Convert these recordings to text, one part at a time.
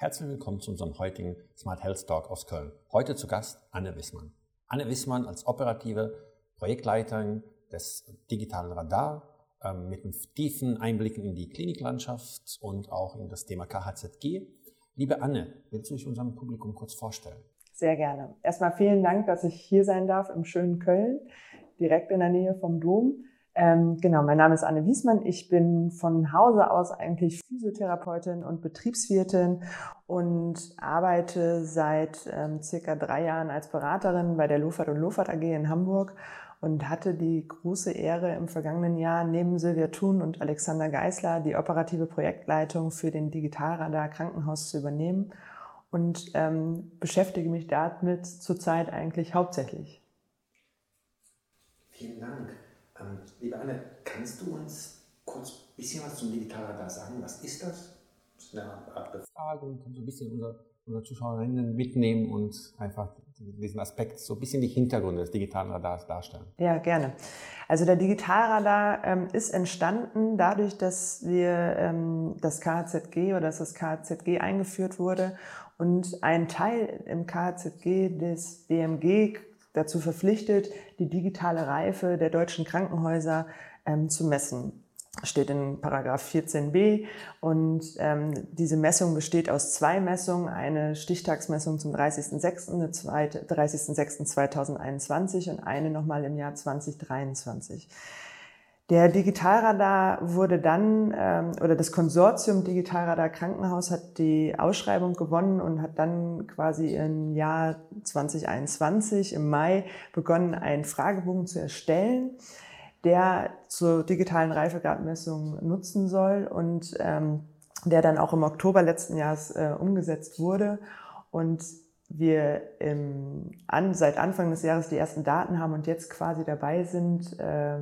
Herzlich willkommen zu unserem heutigen Smart Health Talk aus Köln. Heute zu Gast Anne Wissmann. Anne Wissmann als operative Projektleiterin des digitalen Radar mit einem tiefen Einblicken in die Kliniklandschaft und auch in das Thema KHZG. Liebe Anne, willst du dich unserem Publikum kurz vorstellen? Sehr gerne. Erstmal vielen Dank, dass ich hier sein darf im schönen Köln, direkt in der Nähe vom Dom. Genau, mein Name ist Anne Wissmann. Ich bin von Hause aus eigentlich Physiotherapeutin und Betriebswirtin und arbeite seit circa 3 Jahren als Beraterin bei der Lofert & Lofert AG in Hamburg und hatte die große Ehre, im vergangenen Jahr neben Silvia Thun und Alexander Geisler die operative Projektleitung für den Digitalradar Krankenhaus zu übernehmen und beschäftige mich damit zurzeit eigentlich hauptsächlich. Vielen Dank. Liebe Anne, kannst du uns kurz ein bisschen was zum Digitalradar sagen? Was ist das? Das ist eine Art Befragung. Kannst du ein bisschen unsere Zuschauerinnen mitnehmen und einfach diesen Aspekt, so ein bisschen die Hintergründe des digitalen Radars darstellen? Ja, gerne. Also der Digitalradar ist entstanden dadurch, dass wir das KHZG oder dass das KHZG eingeführt wurde und ein Teil im KHZG des DMG dazu verpflichtet, die digitale Reife der deutschen Krankenhäuser zu messen. Steht in Paragraph 14b und diese Messung besteht aus 2 Messungen, eine Stichtagsmessung zum 30.06., eine zweite 30.06.2021 und eine nochmal im Jahr 2023. Der Digitalradar wurde dann, oder das Konsortium Digitalradar Krankenhaus hat die Ausschreibung gewonnen und hat dann quasi im Jahr 2021 im Mai begonnen, einen Fragebogen zu erstellen, der zur digitalen Reifegradmessung nutzen soll und der dann auch im Oktober letzten Jahres umgesetzt wurde und wir seit Anfang des Jahres die ersten Daten haben und jetzt quasi dabei sind,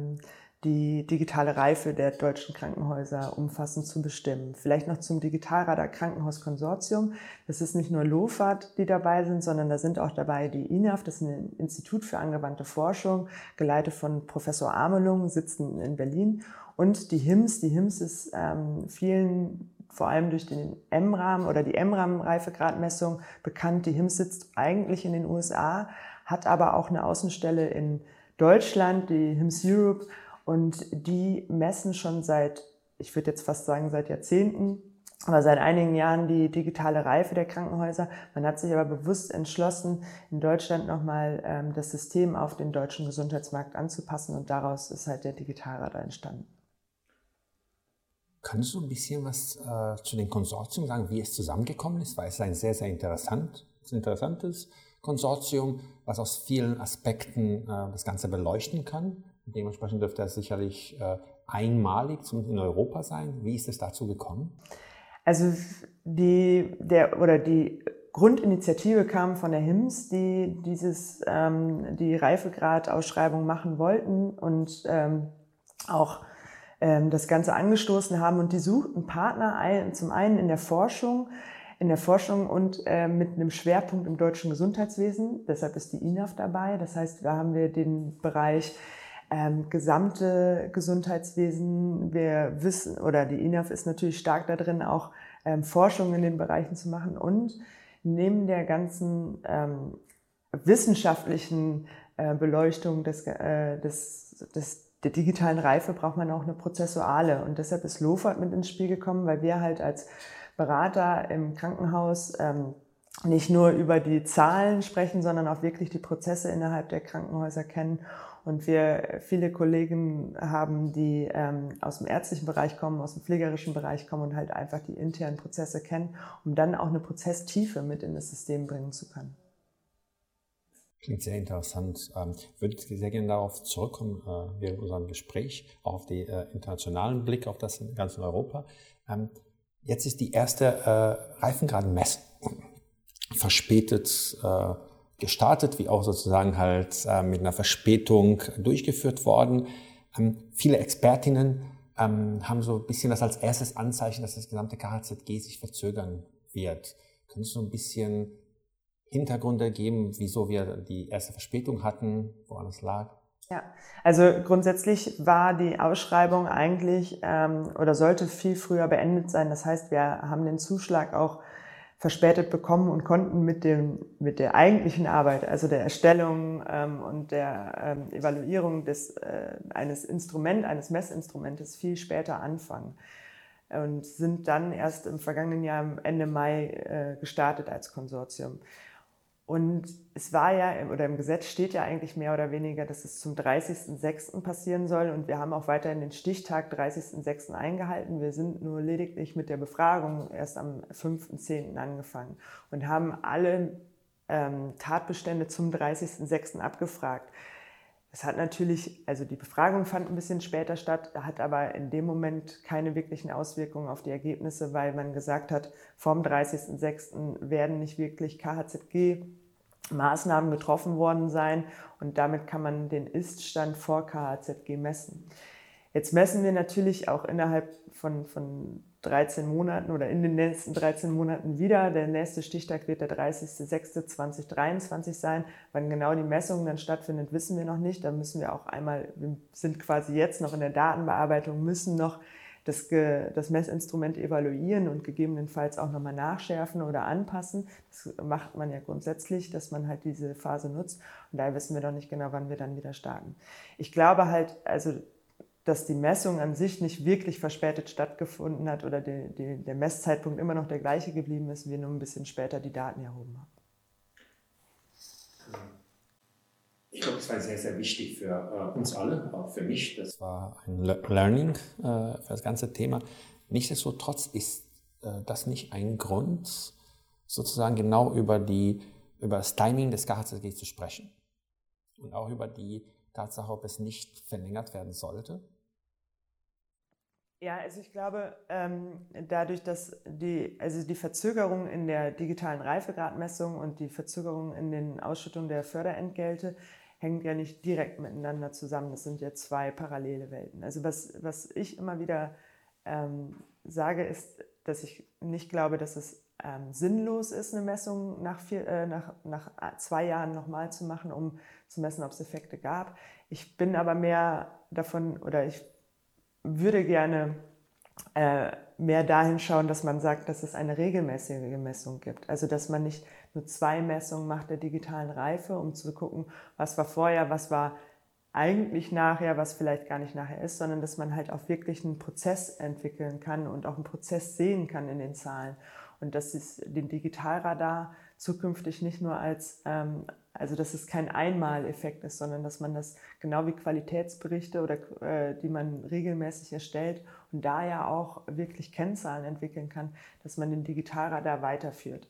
die digitale Reife der deutschen Krankenhäuser umfassend zu bestimmen. Vielleicht noch zum Digitalradar Krankenhauskonsortium. Das ist nicht nur Lofert, die dabei sind, sondern da sind auch dabei die INAF, das ist ein Institut für angewandte Forschung, geleitet von Professor Amelung, sitzen in Berlin. Und die HIMSS. Die HIMSS ist vielen, vor allem durch den MRAM oder die MRAM-Reifegradmessung bekannt. Die HIMSS sitzt eigentlich in den USA, hat aber auch eine Außenstelle in Deutschland, die HIMSS Europe. Und die messen schon ich würde jetzt fast sagen seit Jahrzehnten, aber seit einigen Jahren die digitale Reife der Krankenhäuser. Man hat sich aber bewusst entschlossen, in Deutschland nochmal das System auf den deutschen Gesundheitsmarkt anzupassen und daraus ist halt der Digitalradar entstanden. Kannst du ein bisschen was zu den Konsortien sagen, wie es zusammengekommen ist? Weil es ist ein sehr, sehr interessantes Konsortium, was aus vielen Aspekten das Ganze beleuchten kann. Dementsprechend dürfte das sicherlich einmalig in Europa sein. Wie ist es dazu gekommen? Also die Grundinitiative kam von der HIMSS, die die Reifegradausschreibung machen wollten und auch das Ganze angestoßen haben. Und die suchten Partner zum einen in der Forschung und mit einem Schwerpunkt im deutschen Gesundheitswesen. Deshalb ist die INAF dabei. Das heißt, da haben wir den Bereich gesamte Gesundheitswesen. Wir wissen, oder die INAF ist natürlich stark da drin, auch Forschung in den Bereichen zu machen. Und neben der ganzen wissenschaftlichen Beleuchtung der digitalen Reife braucht man auch eine prozessuale. Und deshalb ist Lofert mit ins Spiel gekommen, weil wir halt als Berater im Krankenhaus nicht nur über die Zahlen sprechen, sondern auch wirklich die Prozesse innerhalb der Krankenhäuser kennen. Und wir viele Kollegen haben, die aus dem ärztlichen Bereich kommen, aus dem pflegerischen Bereich kommen und halt einfach die internen Prozesse kennen, um dann auch eine Prozesstiefe mit in das System bringen zu können. Klingt sehr interessant. Ich würde sehr gerne darauf zurückkommen, während unserem Gespräch, auch auf den internationalen Blick auf das ganze Europa. Jetzt ist die erste Reifengradmessung verspätet gestartet, wie auch sozusagen halt mit einer Verspätung durchgeführt worden. Viele Expertinnen haben so ein bisschen das als erstes Anzeichen, dass das gesamte KHZG sich verzögern wird. Könntest du ein bisschen Hintergründe geben, wieso wir die erste Verspätung hatten, woran es lag? Ja, also grundsätzlich war die Ausschreibung eigentlich oder sollte viel früher beendet sein. Das heißt, wir haben den Zuschlag auch verspätet bekommen und konnten mit der eigentlichen Arbeit, also der Erstellung und der Evaluierung eines Messinstrumentes viel später anfangen. Und sind dann erst im vergangenen Jahr Ende Mai gestartet als Konsortium. Und es war ja, oder im Gesetz steht ja eigentlich mehr oder weniger, dass es zum 30.06. passieren soll. Und wir haben auch weiterhin den Stichtag 30.06. eingehalten. Wir sind nur lediglich mit der Befragung erst am 5.10. angefangen und haben alle Tatbestände zum 30.06. abgefragt. Es hat natürlich, also die Befragung fand ein bisschen später statt, hat aber in dem Moment keine wirklichen Auswirkungen auf die Ergebnisse, weil man gesagt hat, vom 30.06. werden nicht wirklich KHZG-Maßnahmen getroffen worden sein und damit kann man den Ist-Stand vor KHZG messen. Jetzt messen wir natürlich auch innerhalb von 13 Monaten oder in den nächsten 13 Monaten wieder. Der nächste Stichtag wird der 30.06.2023 sein. Wann genau die Messung dann stattfindet, wissen wir noch nicht. Da müssen wir auch wir sind quasi jetzt noch in der Datenbearbeitung, müssen noch das Messinstrument evaluieren und gegebenenfalls auch nochmal nachschärfen oder anpassen. Das macht man ja grundsätzlich, dass man halt diese Phase nutzt. Und daher wissen wir noch nicht genau, wann wir dann wieder starten. Ich glaube halt, also dass die Messung an sich nicht wirklich verspätet stattgefunden hat oder der Messzeitpunkt immer noch der gleiche geblieben ist, wir nur ein bisschen später die Daten erhoben haben. Ich glaube, das war sehr, sehr wichtig für uns alle, auch für mich. Das war ein Learning für das ganze Thema. Nichtsdestotrotz ist das nicht ein Grund, sozusagen genau über das Timing des KHZG zu sprechen und auch über die Tatsache, ob es nicht verlängert werden sollte. Ja, also ich glaube, dadurch, dass die Verzögerung in der digitalen Reifegradmessung und die Verzögerung in den Ausschüttungen der Förderentgelte hängt ja nicht direkt miteinander zusammen. Das sind ja zwei parallele Welten. Also was ich immer wieder sage, ist, dass ich nicht glaube, dass es sinnlos ist, eine Messung nach 2 Jahren nochmal zu machen, um zu messen, ob es Effekte gab. Ich bin aber mehr davon, oder ich würde gerne mehr dahin schauen, dass man sagt, dass es eine regelmäßige Messung gibt. Also dass man nicht nur 2 Messungen macht der digitalen Reife, um zu gucken, was war vorher, was war eigentlich nachher, was vielleicht gar nicht nachher ist, sondern dass man halt auch wirklich einen Prozess entwickeln kann und auch einen Prozess sehen kann in den Zahlen. Und dass es den Digitalradar zukünftig nicht nur also dass es kein Einmaleffekt ist, sondern dass man das genau wie Qualitätsberichte oder die man regelmäßig erstellt und da ja auch wirklich Kennzahlen entwickeln kann, dass man den Digitalradar weiterführt.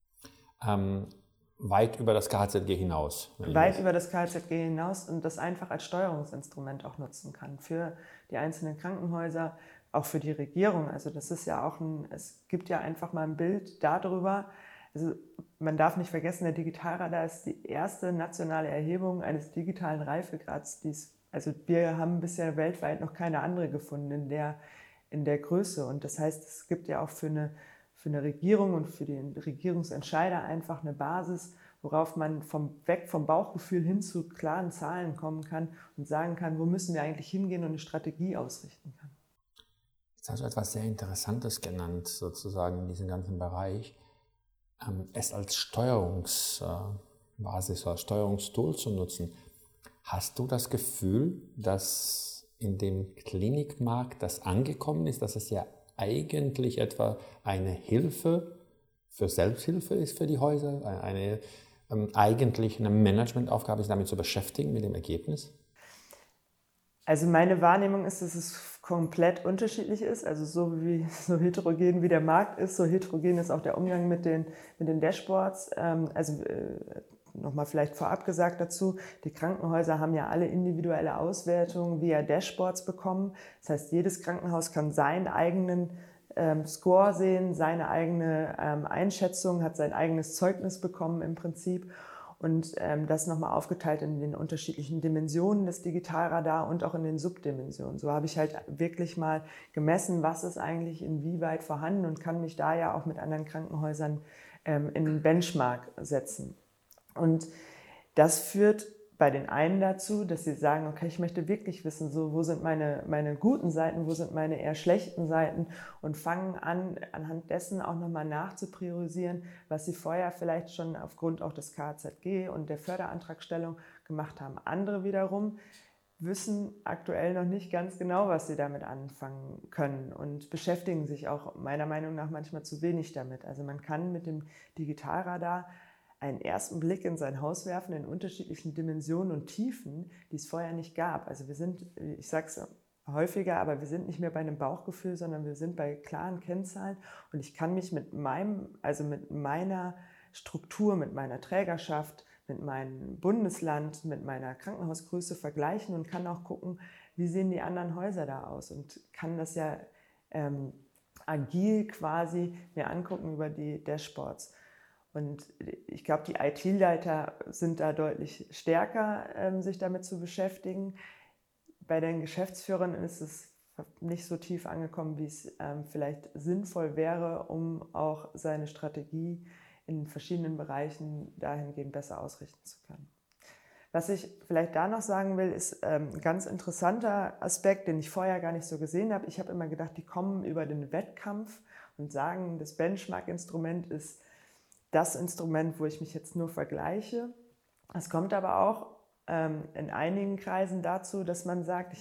Weit über das KHZG hinaus. Weit über das KHZG hinaus und das einfach als Steuerungsinstrument auch nutzen kann für die einzelnen Krankenhäuser, auch für die Regierung. Also das ist ja auch es gibt ja einfach mal ein Bild darüber. Also man darf nicht vergessen, der Digitalradar ist die erste nationale Erhebung eines digitalen Reifegrads. Also wir haben bisher weltweit noch keine andere gefunden in der Größe. Und das heißt, es gibt ja auch für eine Regierung und für den Regierungsentscheider einfach eine Basis, worauf man weg vom Bauchgefühl hin zu klaren Zahlen kommen kann und sagen kann, wo müssen wir eigentlich hingehen und eine Strategie ausrichten kann. Jetzt hast du etwas sehr Interessantes genannt, sozusagen in diesem ganzen Bereich. Es als Steuerungsbasis oder Steuerungstool zu nutzen. Hast du das Gefühl, dass in dem Klinikmarkt das angekommen ist, dass es ja eigentlich etwa eine Hilfe für Selbsthilfe ist für die Häuser, eigentlich eine Managementaufgabe ist, damit zu beschäftigen mit dem Ergebnis? Also meine Wahrnehmung ist, dass es komplett unterschiedlich ist. Also so heterogen wie der Markt ist, so heterogen ist auch der Umgang mit den Dashboards. Nochmal vielleicht vorab gesagt dazu, die Krankenhäuser haben ja alle individuelle Auswertungen via Dashboards bekommen. Das heißt, jedes Krankenhaus kann seinen eigenen Score sehen, seine eigene Einschätzung, hat sein eigenes Zeugnis bekommen im Prinzip. Und das nochmal aufgeteilt in den unterschiedlichen Dimensionen des Digitalradar und auch in den Subdimensionen. So habe ich halt wirklich mal gemessen, was ist eigentlich inwieweit vorhanden und kann mich da ja auch mit anderen Krankenhäusern in den Benchmark setzen. Und das führt bei den einen dazu, dass sie sagen, okay, ich möchte wirklich wissen, so, wo sind meine guten Seiten, wo sind meine eher schlechten Seiten und fangen an, anhand dessen auch nochmal nachzupriorisieren, was sie vorher vielleicht schon aufgrund auch des KZG und der Förderantragstellung gemacht haben. Andere wiederum wissen aktuell noch nicht ganz genau, was sie damit anfangen können und beschäftigen sich auch meiner Meinung nach manchmal zu wenig damit. Also man kann mit dem Digitalradar einen ersten Blick in sein Haus werfen in unterschiedlichen Dimensionen und Tiefen, die es vorher nicht gab. Also wir sind, ich sage es häufiger, aber wir sind nicht mehr bei einem Bauchgefühl, sondern wir sind bei klaren Kennzahlen und ich kann mich mit meiner Struktur, mit meiner Trägerschaft, mit meinem Bundesland, mit meiner Krankenhausgröße vergleichen und kann auch gucken, wie sehen die anderen Häuser da aus und kann das ja agil quasi mir angucken über die Dashboards. Und ich glaube, die IT-Leiter sind da deutlich stärker, sich damit zu beschäftigen. Bei den Geschäftsführern ist es nicht so tief angekommen, wie es vielleicht sinnvoll wäre, um auch seine Strategie in verschiedenen Bereichen dahingehend besser ausrichten zu können. Was ich vielleicht da noch sagen will, ist ein ganz interessanter Aspekt, den ich vorher gar nicht so gesehen habe. Ich habe immer gedacht, die kommen über den Wettkampf und sagen, das Benchmark-Instrument ist das Instrument, wo ich mich jetzt nur vergleiche. Es kommt aber auch in einigen Kreisen dazu, dass man sagt,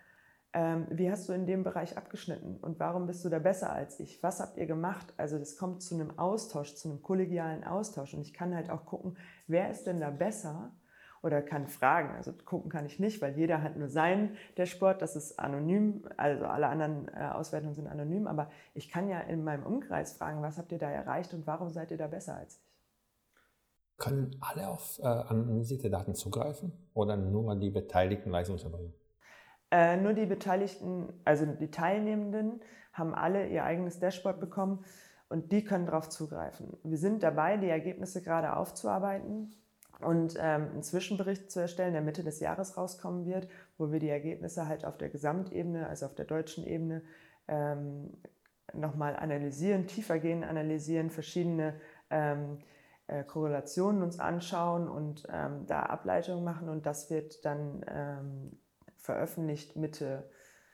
wie hast du in dem Bereich abgeschnitten und warum bist du da besser als ich? Was habt ihr gemacht? Also das kommt zu einem Austausch, zu einem kollegialen Austausch und ich kann halt auch gucken, wer ist denn da besser? Oder kann fragen, also gucken kann ich nicht, weil jeder hat nur seinen Dashboard, das ist anonym, also alle anderen Auswertungen sind anonym, aber ich kann ja in meinem Umkreis fragen, was habt ihr da erreicht und warum seid ihr da besser als ich? Können alle auf anonymisierte Daten zugreifen oder nur die beteiligten Leistungserbringer? Nur die Beteiligten, also die Teilnehmenden, haben alle ihr eigenes Dashboard bekommen und die können darauf zugreifen. Wir sind dabei, die Ergebnisse gerade aufzuarbeiten und einen Zwischenbericht zu erstellen, der Mitte des Jahres rauskommen wird, wo wir die Ergebnisse halt auf der Gesamtebene, also auf der deutschen Ebene, nochmal analysieren, tiefergehend analysieren, verschiedene Korrelationen uns anschauen und da Ableitungen machen und das wird dann veröffentlicht Mitte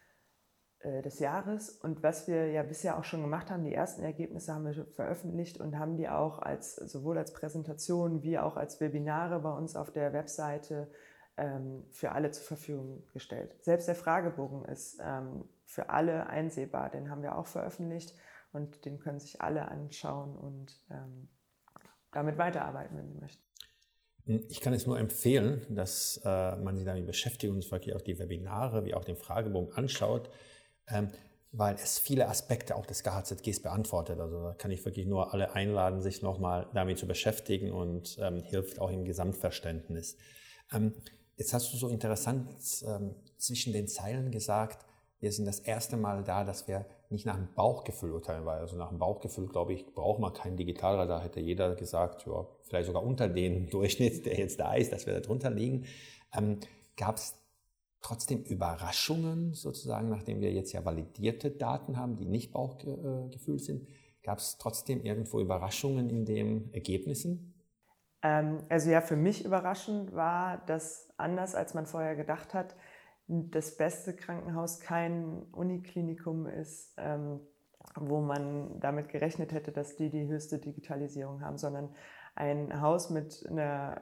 des Jahres. Und was wir ja bisher auch schon gemacht haben, die ersten Ergebnisse haben wir veröffentlicht und haben die auch sowohl als Präsentation wie auch als Webinare bei uns auf der Webseite für alle zur Verfügung gestellt. Selbst der Fragebogen ist für alle einsehbar, den haben wir auch veröffentlicht und den können sich alle anschauen und damit weiterarbeiten, wenn sie möchten. Ich kann es nur empfehlen, dass man sich damit beschäftigt und wirklich auch die Webinare wie auch den Fragebogen anschaut, weil es viele Aspekte auch des KHZGs beantwortet. Also da kann ich wirklich nur alle einladen, sich nochmal damit zu beschäftigen und hilft auch im Gesamtverständnis. Jetzt hast du so interessant zwischen den Zeilen gesagt, wir sind das erste Mal da, dass wir nicht nach dem Bauchgefühl urteilen, weil also nach dem Bauchgefühl, glaube ich, braucht man keinen Digitalradar. Hätte jeder gesagt, ja, vielleicht sogar unter den Durchschnitt, der jetzt da ist, dass wir da drunter liegen. Gab es trotzdem Überraschungen sozusagen, nachdem wir jetzt ja validierte Daten haben, die nicht Bauchgefühl sind? Gab es trotzdem irgendwo Überraschungen in den Ergebnissen? Also ja, für mich überraschend war, dass anders als man vorher gedacht hat, das beste Krankenhaus kein Uniklinikum ist, wo man damit gerechnet hätte, dass die höchste Digitalisierung haben, sondern ein Haus mit einer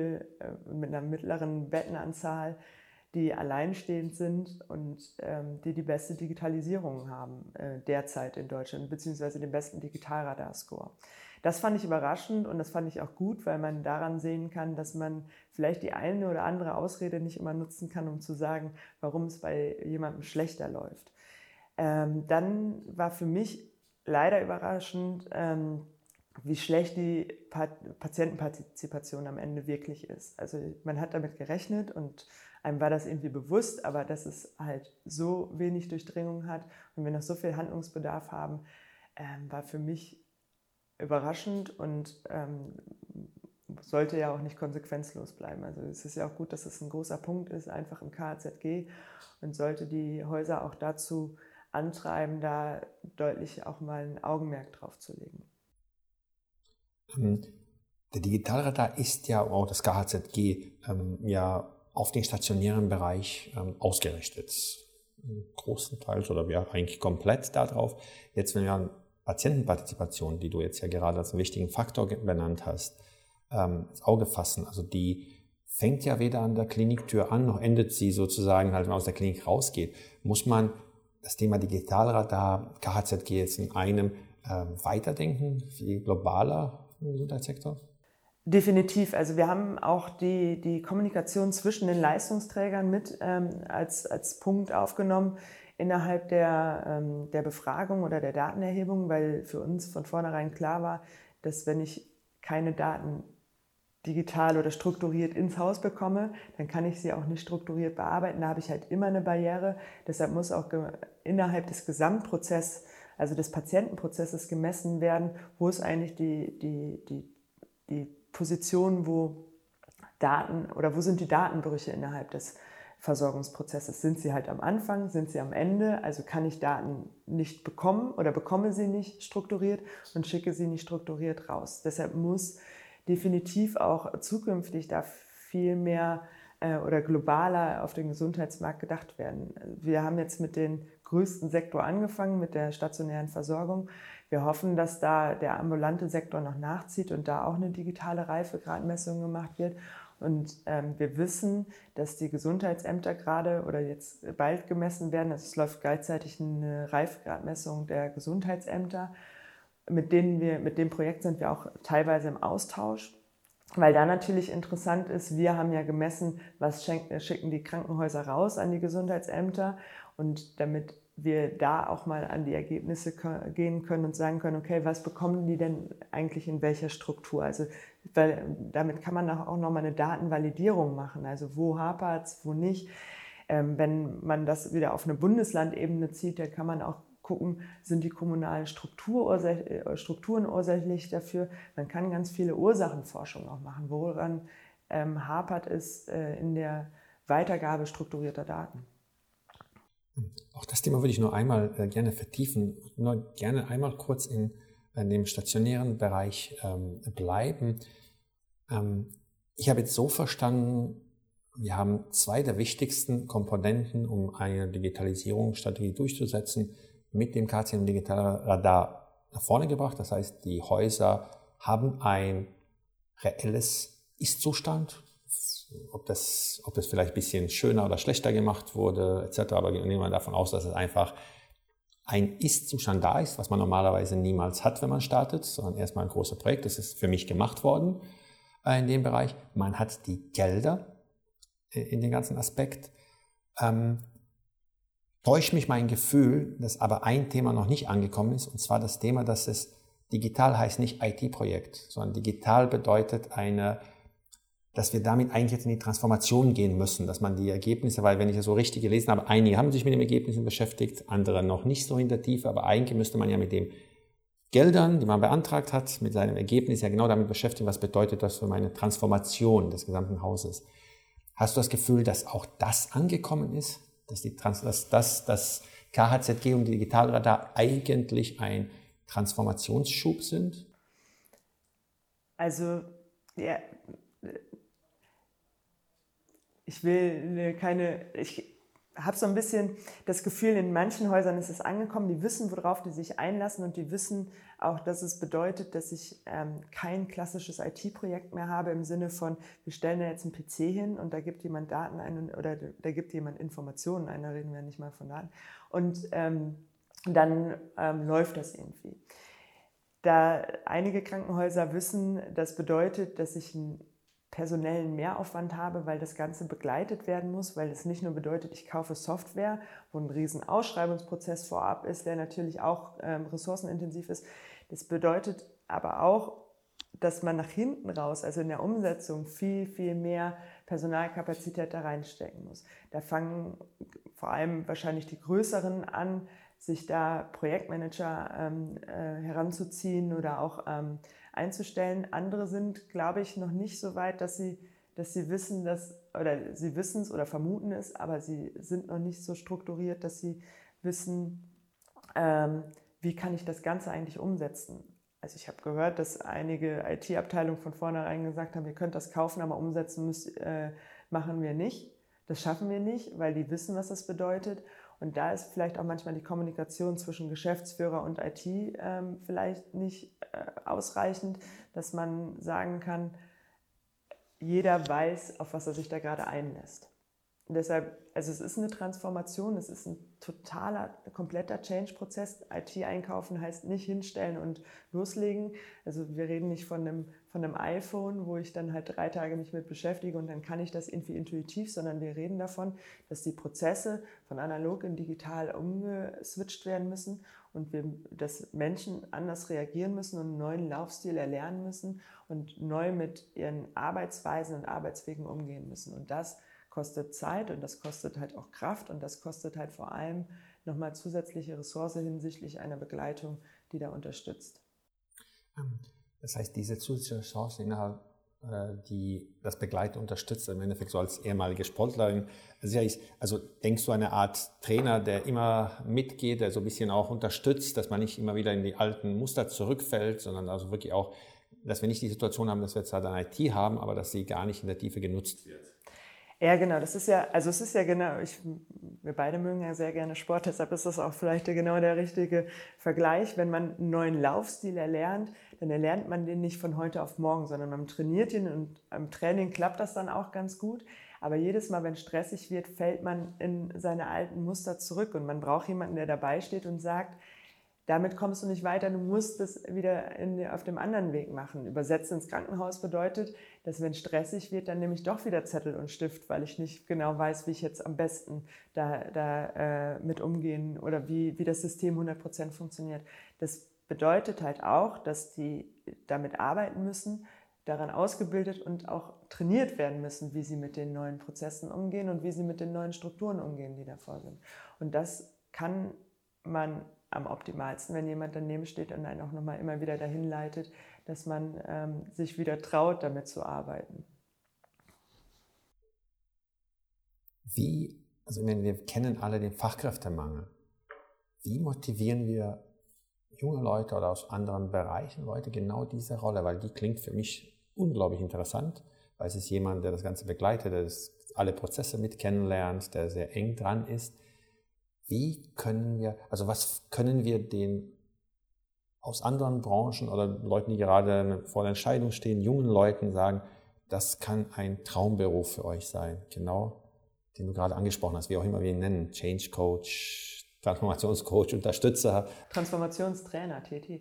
mittleren Bettenanzahl, die alleinstehend sind und die beste Digitalisierung haben derzeit in Deutschland, beziehungsweise den besten Digitalradar-Score. Das fand ich überraschend und das fand ich auch gut, weil man daran sehen kann, dass man vielleicht die eine oder andere Ausrede nicht immer nutzen kann, um zu sagen, warum es bei jemandem schlechter läuft. Dann war für mich leider überraschend, wie schlecht die Patientenpartizipation am Ende wirklich ist. Also man hat damit gerechnet und einem war das irgendwie bewusst, aber dass es halt so wenig Durchdringung hat und wir noch so viel Handlungsbedarf haben, war für mich überraschend und sollte ja auch nicht konsequenzlos bleiben. Also es ist ja auch gut, dass es ein großer Punkt ist, einfach im KHZG und sollte die Häuser auch dazu antreiben, da deutlich auch mal ein Augenmerk drauf zu legen. Der Digitalradar ist ja auch das KHZG ja auf den stationären Bereich ausgerichtet. Großenteils oder ja eigentlich komplett darauf. Jetzt, wenn wir an Patientenpartizipation, die du jetzt ja gerade als einen wichtigen Faktor benannt hast, ins Auge fassen, also die fängt ja weder an der Kliniktür an, noch endet sie sozusagen halt, wenn man aus der Klinik rausgeht. Muss man das Thema Digitalradar, KHZG jetzt in einem weiterdenken, viel globaler im Gesundheitssektor? Definitiv. Also wir haben auch die Kommunikation zwischen den Leistungsträgern mit als Punkt aufgenommen innerhalb der Befragung oder der Datenerhebung, weil für uns von vornherein klar war, dass wenn ich keine Daten digital oder strukturiert ins Haus bekomme, dann kann ich sie auch nicht strukturiert bearbeiten. Da habe ich halt immer eine Barriere. Deshalb muss auch innerhalb des Gesamtprozesses, also des Patientenprozesses gemessen werden, wo ist eigentlich die Position, wo Daten oder wo sind die Datenbrüche innerhalb des Versorgungsprozesses? Sind sie halt am Anfang, sind sie am Ende? Also kann ich Daten nicht bekommen oder bekomme sie nicht strukturiert und schicke sie nicht strukturiert raus. Deshalb muss definitiv auch zukünftig da viel mehr oder globaler auf den Gesundheitsmarkt gedacht werden. Wir haben jetzt mit dem größten Sektor angefangen, mit der stationären Versorgung. Wir hoffen, dass da der ambulante Sektor noch nachzieht und da auch eine digitale Reifegradmessung gemacht wird. Und wir wissen, dass die Gesundheitsämter gerade oder jetzt bald gemessen werden. Also es läuft gleichzeitig eine Reifegradmessung der Gesundheitsämter. Mit dem Projekt sind wir auch teilweise im Austausch, weil da natürlich interessant ist, wir haben ja gemessen, was schicken die Krankenhäuser raus an die Gesundheitsämter, und damit wir da auch mal an die Ergebnisse gehen können und sagen können, okay, was bekommen die denn eigentlich in welcher Struktur? Also weil damit kann man auch nochmal eine Datenvalidierung machen, also wo hapert es, wo nicht. Wenn man das wieder auf eine Bundeslandebene zieht, dann kann man auch gucken, sind die kommunalen Strukturen ursächlich dafür. Man kann ganz viele Ursachenforschung auch machen, woran hapert es in der Weitergabe strukturierter Daten. Auch das Thema würde ich nur einmal gerne vertiefen, nur gerne einmal kurz in dem stationären Bereich bleiben. Ich habe jetzt so verstanden, wir haben zwei der wichtigsten Komponenten, um eine Digitalisierungsstrategie durchzusetzen, mit dem KCM Digitalradar nach vorne gebracht. Das heißt, die Häuser haben ein reelles Ist-Zustand, ob das vielleicht ein bisschen schöner oder schlechter gemacht wurde, etc. Aber wir nehmen davon aus, dass es einfach ein Ist-Zustand da ist, was man normalerweise niemals hat, wenn man startet, sondern erstmal ein großes Projekt. Das ist für mich gemacht worden in dem Bereich. Man hat die Gelder in den ganzen Aspekt. Täuscht mich mein Gefühl, dass aber ein Thema noch nicht angekommen ist, und zwar das Thema, dass es digital heißt nicht IT-Projekt, sondern digital bedeutet dass wir damit eigentlich jetzt in die Transformation gehen müssen, dass man die Ergebnisse, weil wenn ich das so richtig gelesen habe, einige haben sich mit den Ergebnissen beschäftigt, andere noch nicht so in der Tiefe, aber eigentlich müsste man ja mit den Geldern, die man beantragt hat, mit seinem Ergebnis ja genau damit beschäftigen, was bedeutet das für meine Transformation des gesamten Hauses. Hast du das Gefühl, dass auch das angekommen ist? Dass das KHZG und die Digitalradar eigentlich ein Transformationsschub sind? Also, ja, ich habe so ein bisschen das Gefühl, in manchen Häusern ist es angekommen, die wissen, worauf die sich einlassen, und die wissen auch, dass es bedeutet, dass ich kein klassisches IT-Projekt mehr habe im Sinne von, wir stellen da jetzt einen PC hin und da gibt jemand Daten ein oder da gibt jemand Informationen ein, da reden wir nicht mal von Daten, und dann läuft das irgendwie. Da einige Krankenhäuser wissen, das bedeutet, dass ich einen personellen Mehraufwand habe, weil das Ganze begleitet werden muss, weil es nicht nur bedeutet, ich kaufe Software, wo ein riesen Ausschreibungsprozess vorab ist, der natürlich auch ressourcenintensiv ist. Das bedeutet aber auch, dass man nach hinten raus, also in der Umsetzung, viel, viel mehr Personalkapazität da reinstecken muss. Da fangen vor allem wahrscheinlich die Größeren an, sich da Projektmanager heranzuziehen oder auch einzustellen. Andere sind, glaube ich, noch nicht so weit, dass sie wissen, oder sie wissen es oder vermuten es, aber sie sind noch nicht so strukturiert, dass sie wissen, wie kann ich das Ganze eigentlich umsetzen. Also ich habe gehört, dass einige IT-Abteilungen von vornherein gesagt haben, ihr könnt das kaufen, aber umsetzen machen wir nicht. Das schaffen wir nicht, weil die wissen, was das bedeutet. Und da ist vielleicht auch manchmal die Kommunikation zwischen Geschäftsführer und IT vielleicht nicht ausreichend, dass man sagen kann, jeder weiß, auf was er sich da gerade einlässt. Und deshalb, also es ist eine Transformation, es ist ein kompletter Change-Prozess. IT einkaufen heißt nicht hinstellen und loslegen. Also wir reden nicht von einem iPhone, wo ich dann halt 3 Tage mich mit beschäftige und dann kann ich das irgendwie intuitiv, sondern wir reden davon, dass die Prozesse von analog in digital umgeswitcht werden müssen und dass Menschen anders reagieren müssen und einen neuen Laufstil erlernen müssen und neu mit ihren Arbeitsweisen und Arbeitswegen umgehen müssen. Und das kostet Zeit und das kostet halt auch Kraft und das kostet halt vor allem nochmal zusätzliche Ressource hinsichtlich einer Begleitung, die da unterstützt. Das heißt, diese zusätzliche Ressource innerhalb, die das Begleiten unterstützt, im Endeffekt so als ehemalige Sportlerin, also denkst du eine Art Trainer, der immer mitgeht, der so ein bisschen auch unterstützt, dass man nicht immer wieder in die alten Muster zurückfällt, sondern also wirklich auch, dass wir nicht die Situation haben, dass wir zwar dann IT haben, aber dass sie gar nicht in der Tiefe genutzt wird. Ja, genau. Es ist ja genau, wir beide mögen ja sehr gerne Sport, deshalb ist das auch vielleicht genau der richtige Vergleich. Wenn man einen neuen Laufstil erlernt, dann erlernt man den nicht von heute auf morgen, sondern man trainiert ihn und am Training klappt das dann auch ganz gut. Aber jedes Mal, wenn stressig wird, fällt man in seine alten Muster zurück und man braucht jemanden, der dabei steht und sagt, damit kommst du nicht weiter, du musst es wieder auf dem anderen Weg machen. Übersetzt ins Krankenhaus bedeutet, dass wenn stressig wird, dann nehme ich doch wieder Zettel und Stift, weil ich nicht genau weiß, wie ich jetzt am besten da mit umgehen oder wie das System 100% funktioniert. Das bedeutet halt auch, dass die damit arbeiten müssen, daran ausgebildet und auch trainiert werden müssen, wie sie mit den neuen Prozessen umgehen und wie sie mit den neuen Strukturen umgehen, die davor sind. Und das kann man am optimalsten, wenn jemand daneben steht und einen auch nochmal immer wieder dahin leitet, dass man sich wieder traut, damit zu arbeiten. Also ich meine, wir kennen alle den Fachkräftemangel. Wie motivieren wir junge Leute oder aus anderen Bereichen Leute genau diese Rolle? Weil die klingt für mich unglaublich interessant, weil es ist jemand, der das Ganze begleitet, der alle Prozesse mit kennenlernt, der sehr eng dran ist. Was können wir den aus anderen Branchen oder Leuten, die gerade vor der Entscheidung stehen, jungen Leuten sagen, das kann ein Traumberuf für euch sein, genau, den du gerade angesprochen hast, wie auch immer wir ihn nennen, Change Coach, Transformationscoach, Unterstützer. Transformationstrainer, TT.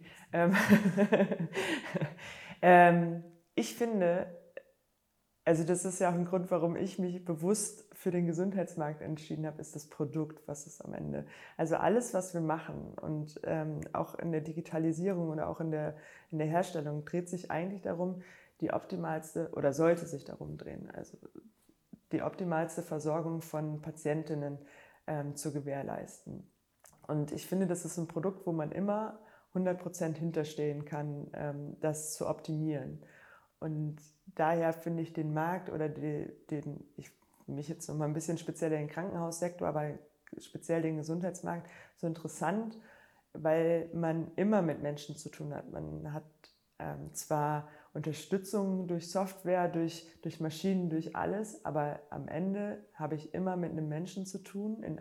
Ich finde, also das ist ja auch ein Grund, warum ich mich bewusst für den Gesundheitsmarkt entschieden habe, ist das Produkt, was es am Ende. Also alles, was wir machen und auch in der Digitalisierung oder auch in der Herstellung dreht sich eigentlich darum, die optimalste oder sollte sich darum drehen, also die optimalste Versorgung von Patientinnen zu gewährleisten. Und ich finde, das ist ein Produkt, wo man immer 100% hinterstehen kann, das zu optimieren. Und daher finde ich den Markt oder mich jetzt noch mal ein bisschen speziell den Krankenhaussektor, aber speziell den Gesundheitsmarkt so interessant, weil man immer mit Menschen zu tun hat. Man hat zwar Unterstützung durch Software, durch Maschinen, durch alles, aber am Ende habe ich immer mit einem Menschen zu tun, in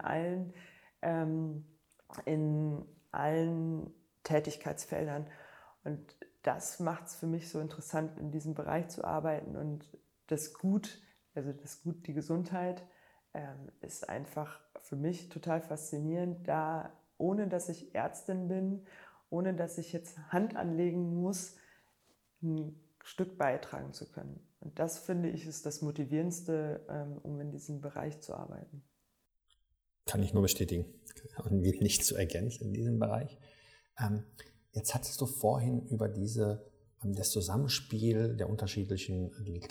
allen Tätigkeitsfeldern. Und das macht es für mich so interessant, in diesem Bereich zu arbeiten. Und die Gesundheit ist einfach für mich total faszinierend, da ohne dass ich Ärztin bin, ohne dass ich jetzt Hand anlegen muss, ein Stück beitragen zu können. Und das, finde ich, ist das Motivierendste, um in diesem Bereich zu arbeiten. Kann ich nur bestätigen und wird nicht zu ergänzen in diesem Bereich. Jetzt hattest du vorhin über das Zusammenspiel der unterschiedlichen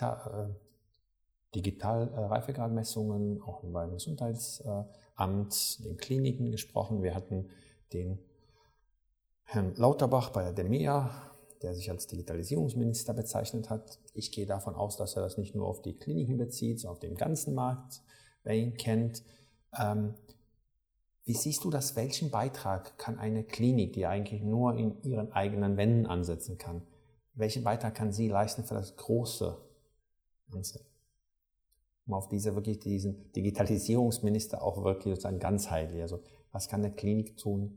Digital-Reifegradmessungen, auch beim Gesundheitsamt, den Kliniken gesprochen. Wir hatten den Herrn Lauterbach bei der DEMEA, der sich als Digitalisierungsminister bezeichnet hat. Ich gehe davon aus, dass er das nicht nur auf die Kliniken bezieht, sondern auf den ganzen Markt, wer ihn kennt. Wie siehst du das? Welchen Beitrag kann eine Klinik, die eigentlich nur in ihren eigenen Wänden ansetzen kann, welchen Beitrag kann sie leisten für das große Ganze? Um auf diesen Digitalisierungsminister auch wirklich sozusagen ganzheitlich. Also was kann eine Klinik tun?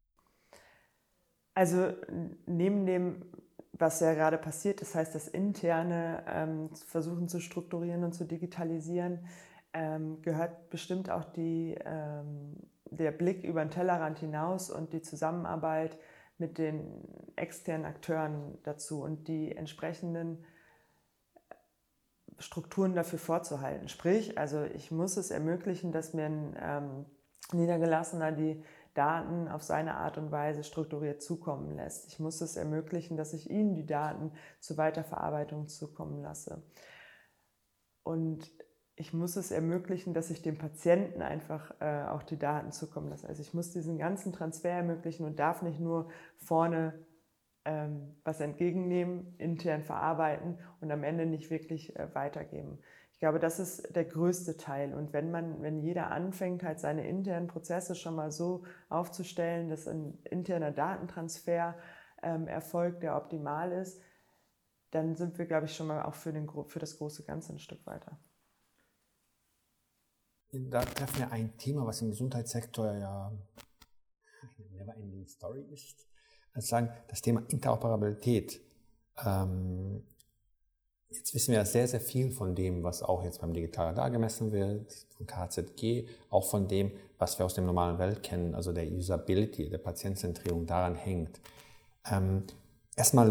Also neben dem, was ja gerade passiert, das heißt, das Interne versuchen zu strukturieren und zu digitalisieren, gehört bestimmt auch der Blick über den Tellerrand hinaus und die Zusammenarbeit mit den externen Akteuren dazu und die entsprechenden Strukturen dafür vorzuhalten. Sprich, also ich muss es ermöglichen, dass mir ein Niedergelassener die Daten auf seine Art und Weise strukturiert zukommen lässt. Ich muss es ermöglichen, dass ich ihnen die Daten zur Weiterverarbeitung zukommen lasse. Und ich muss es ermöglichen, dass ich dem Patienten einfach auch die Daten zukommen lasse. Also ich muss diesen ganzen Transfer ermöglichen und darf nicht nur vorne was entgegennehmen, intern verarbeiten und am Ende nicht wirklich weitergeben. Ich glaube, das ist der größte Teil. Und wenn jeder anfängt, halt seine internen Prozesse schon mal so aufzustellen, dass ein interner Datentransfer erfolgt, der optimal ist, dann sind wir, glaube ich, schon mal auch für das große Ganze ein Stück weiter. Da treffen wir ein Thema, was im Gesundheitssektor ja eine never-ending Story ist. Also sagen, das Thema Interoperabilität. Jetzt wissen wir ja sehr, sehr viel von dem, was auch jetzt beim Digitalradar gemessen wird, von KZG, auch von dem, was wir aus der normalen Welt kennen, also der Usability, der Patientenzentrierung daran hängt. Erstmal,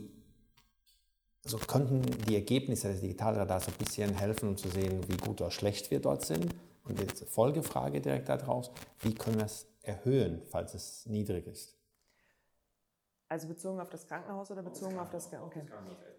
könnten die Ergebnisse des Digitalradars ein bisschen helfen, um zu sehen, wie gut oder schlecht wir dort sind? Und jetzt Folgefrage direkt daraus, wie können wir es erhöhen, falls es niedrig ist? Also bezogen auf das Krankenhaus oder bezogen auf das Krankenhaus? Okay.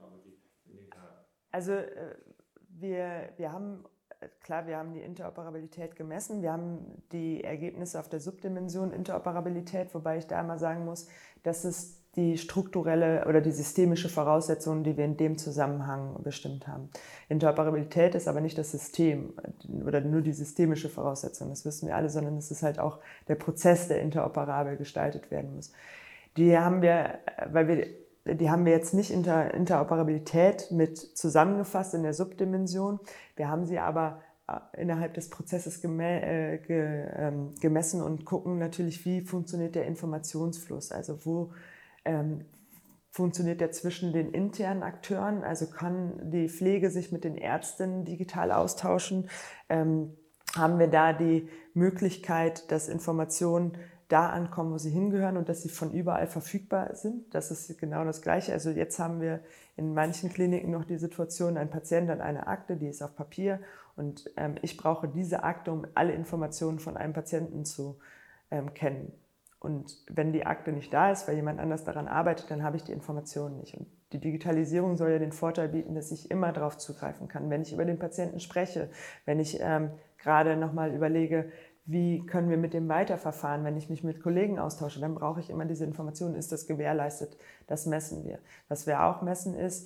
Also wir haben die Interoperabilität gemessen. Wir haben die Ergebnisse auf der Subdimension Interoperabilität, wobei ich da einmal sagen muss, das ist die strukturelle oder die systemische Voraussetzung, die wir in dem Zusammenhang bestimmt haben. Interoperabilität ist aber nicht das System oder nur die systemische Voraussetzung, das wissen wir alle, sondern es ist halt auch der Prozess, der interoperabel gestaltet werden muss. Die haben wir jetzt nicht Interoperabilität mit zusammengefasst in der Subdimension. Wir haben sie aber innerhalb des Prozesses gemessen und gucken natürlich, wie funktioniert der Informationsfluss, also wo funktioniert der zwischen den internen Akteuren, also kann die Pflege sich mit den Ärztinnen digital austauschen, haben wir da die Möglichkeit, dass Informationen da ankommen, wo sie hingehören und dass sie von überall verfügbar sind. Das ist genau das Gleiche. Also jetzt haben wir in manchen Kliniken noch die Situation, ein Patient hat eine Akte, die ist auf Papier und ich brauche diese Akte, um alle Informationen von einem Patienten zu kennen. Und wenn die Akte nicht da ist, weil jemand anders daran arbeitet, dann habe ich die Informationen nicht. Und die Digitalisierung soll ja den Vorteil bieten, dass ich immer darauf zugreifen kann. Wenn ich über den Patienten spreche, wenn ich gerade nochmal überlege, wie können wir mit dem weiterverfahren, wenn ich mich mit Kollegen austausche, dann brauche ich immer diese Informationen. Ist das gewährleistet? Das messen wir. Was wir auch messen ist,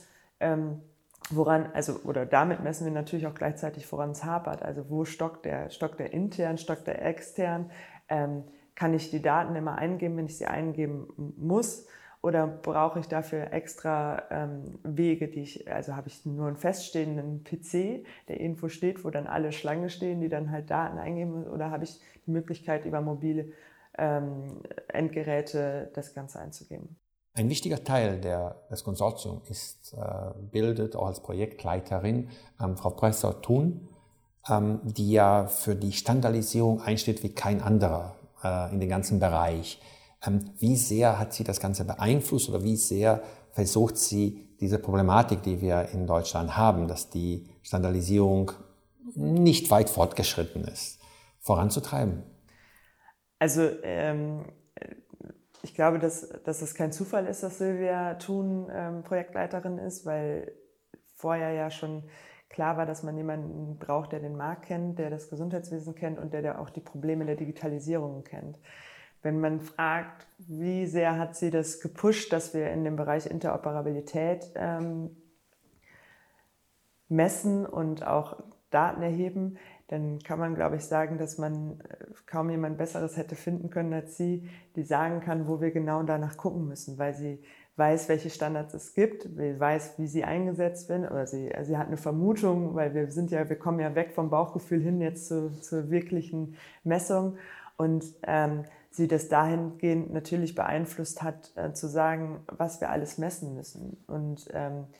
damit messen wir natürlich auch gleichzeitig, woran es hapert. Also wo stockt der intern, stockt der extern? Kann ich die Daten immer eingeben, wenn ich sie eingeben muss? Oder brauche ich dafür extra Wege, habe ich nur einen feststehenden PC, der irgendwo steht, wo dann alle Schlange stehen, die dann halt Daten eingeben, oder habe ich die Möglichkeit, über mobile Endgeräte das Ganze einzugeben? Ein wichtiger Teil des Konsortiums bildet auch als Projektleiterin Frau Presser-Thun, die ja für die Standardisierung einsteht wie kein anderer in den ganzen Bereich. Wie sehr hat sie das Ganze beeinflusst oder wie sehr versucht sie diese Problematik, die wir in Deutschland haben, dass die Standardisierung nicht weit fortgeschritten ist, voranzutreiben? Also ich glaube, dass es kein Zufall ist, dass Silvia Thun Projektleiterin ist, weil vorher ja schon klar war, dass man jemanden braucht, der den Markt kennt, der das Gesundheitswesen kennt und der auch die Probleme der Digitalisierung kennt. Wenn man fragt, wie sehr hat sie das gepusht, dass wir in dem Bereich Interoperabilität messen und auch Daten erheben, dann kann man, glaube ich, sagen, dass man kaum jemand Besseres hätte finden können als sie, die sagen kann, wo wir genau danach gucken müssen, weil sie weiß, welche Standards es gibt, sie weiß, wie sie eingesetzt werden, oder sie hat eine Vermutung, weil wir kommen ja weg vom Bauchgefühl hin jetzt zur wirklichen Messung und sie das dahingehend natürlich beeinflusst hat, zu sagen, was wir alles messen müssen. Und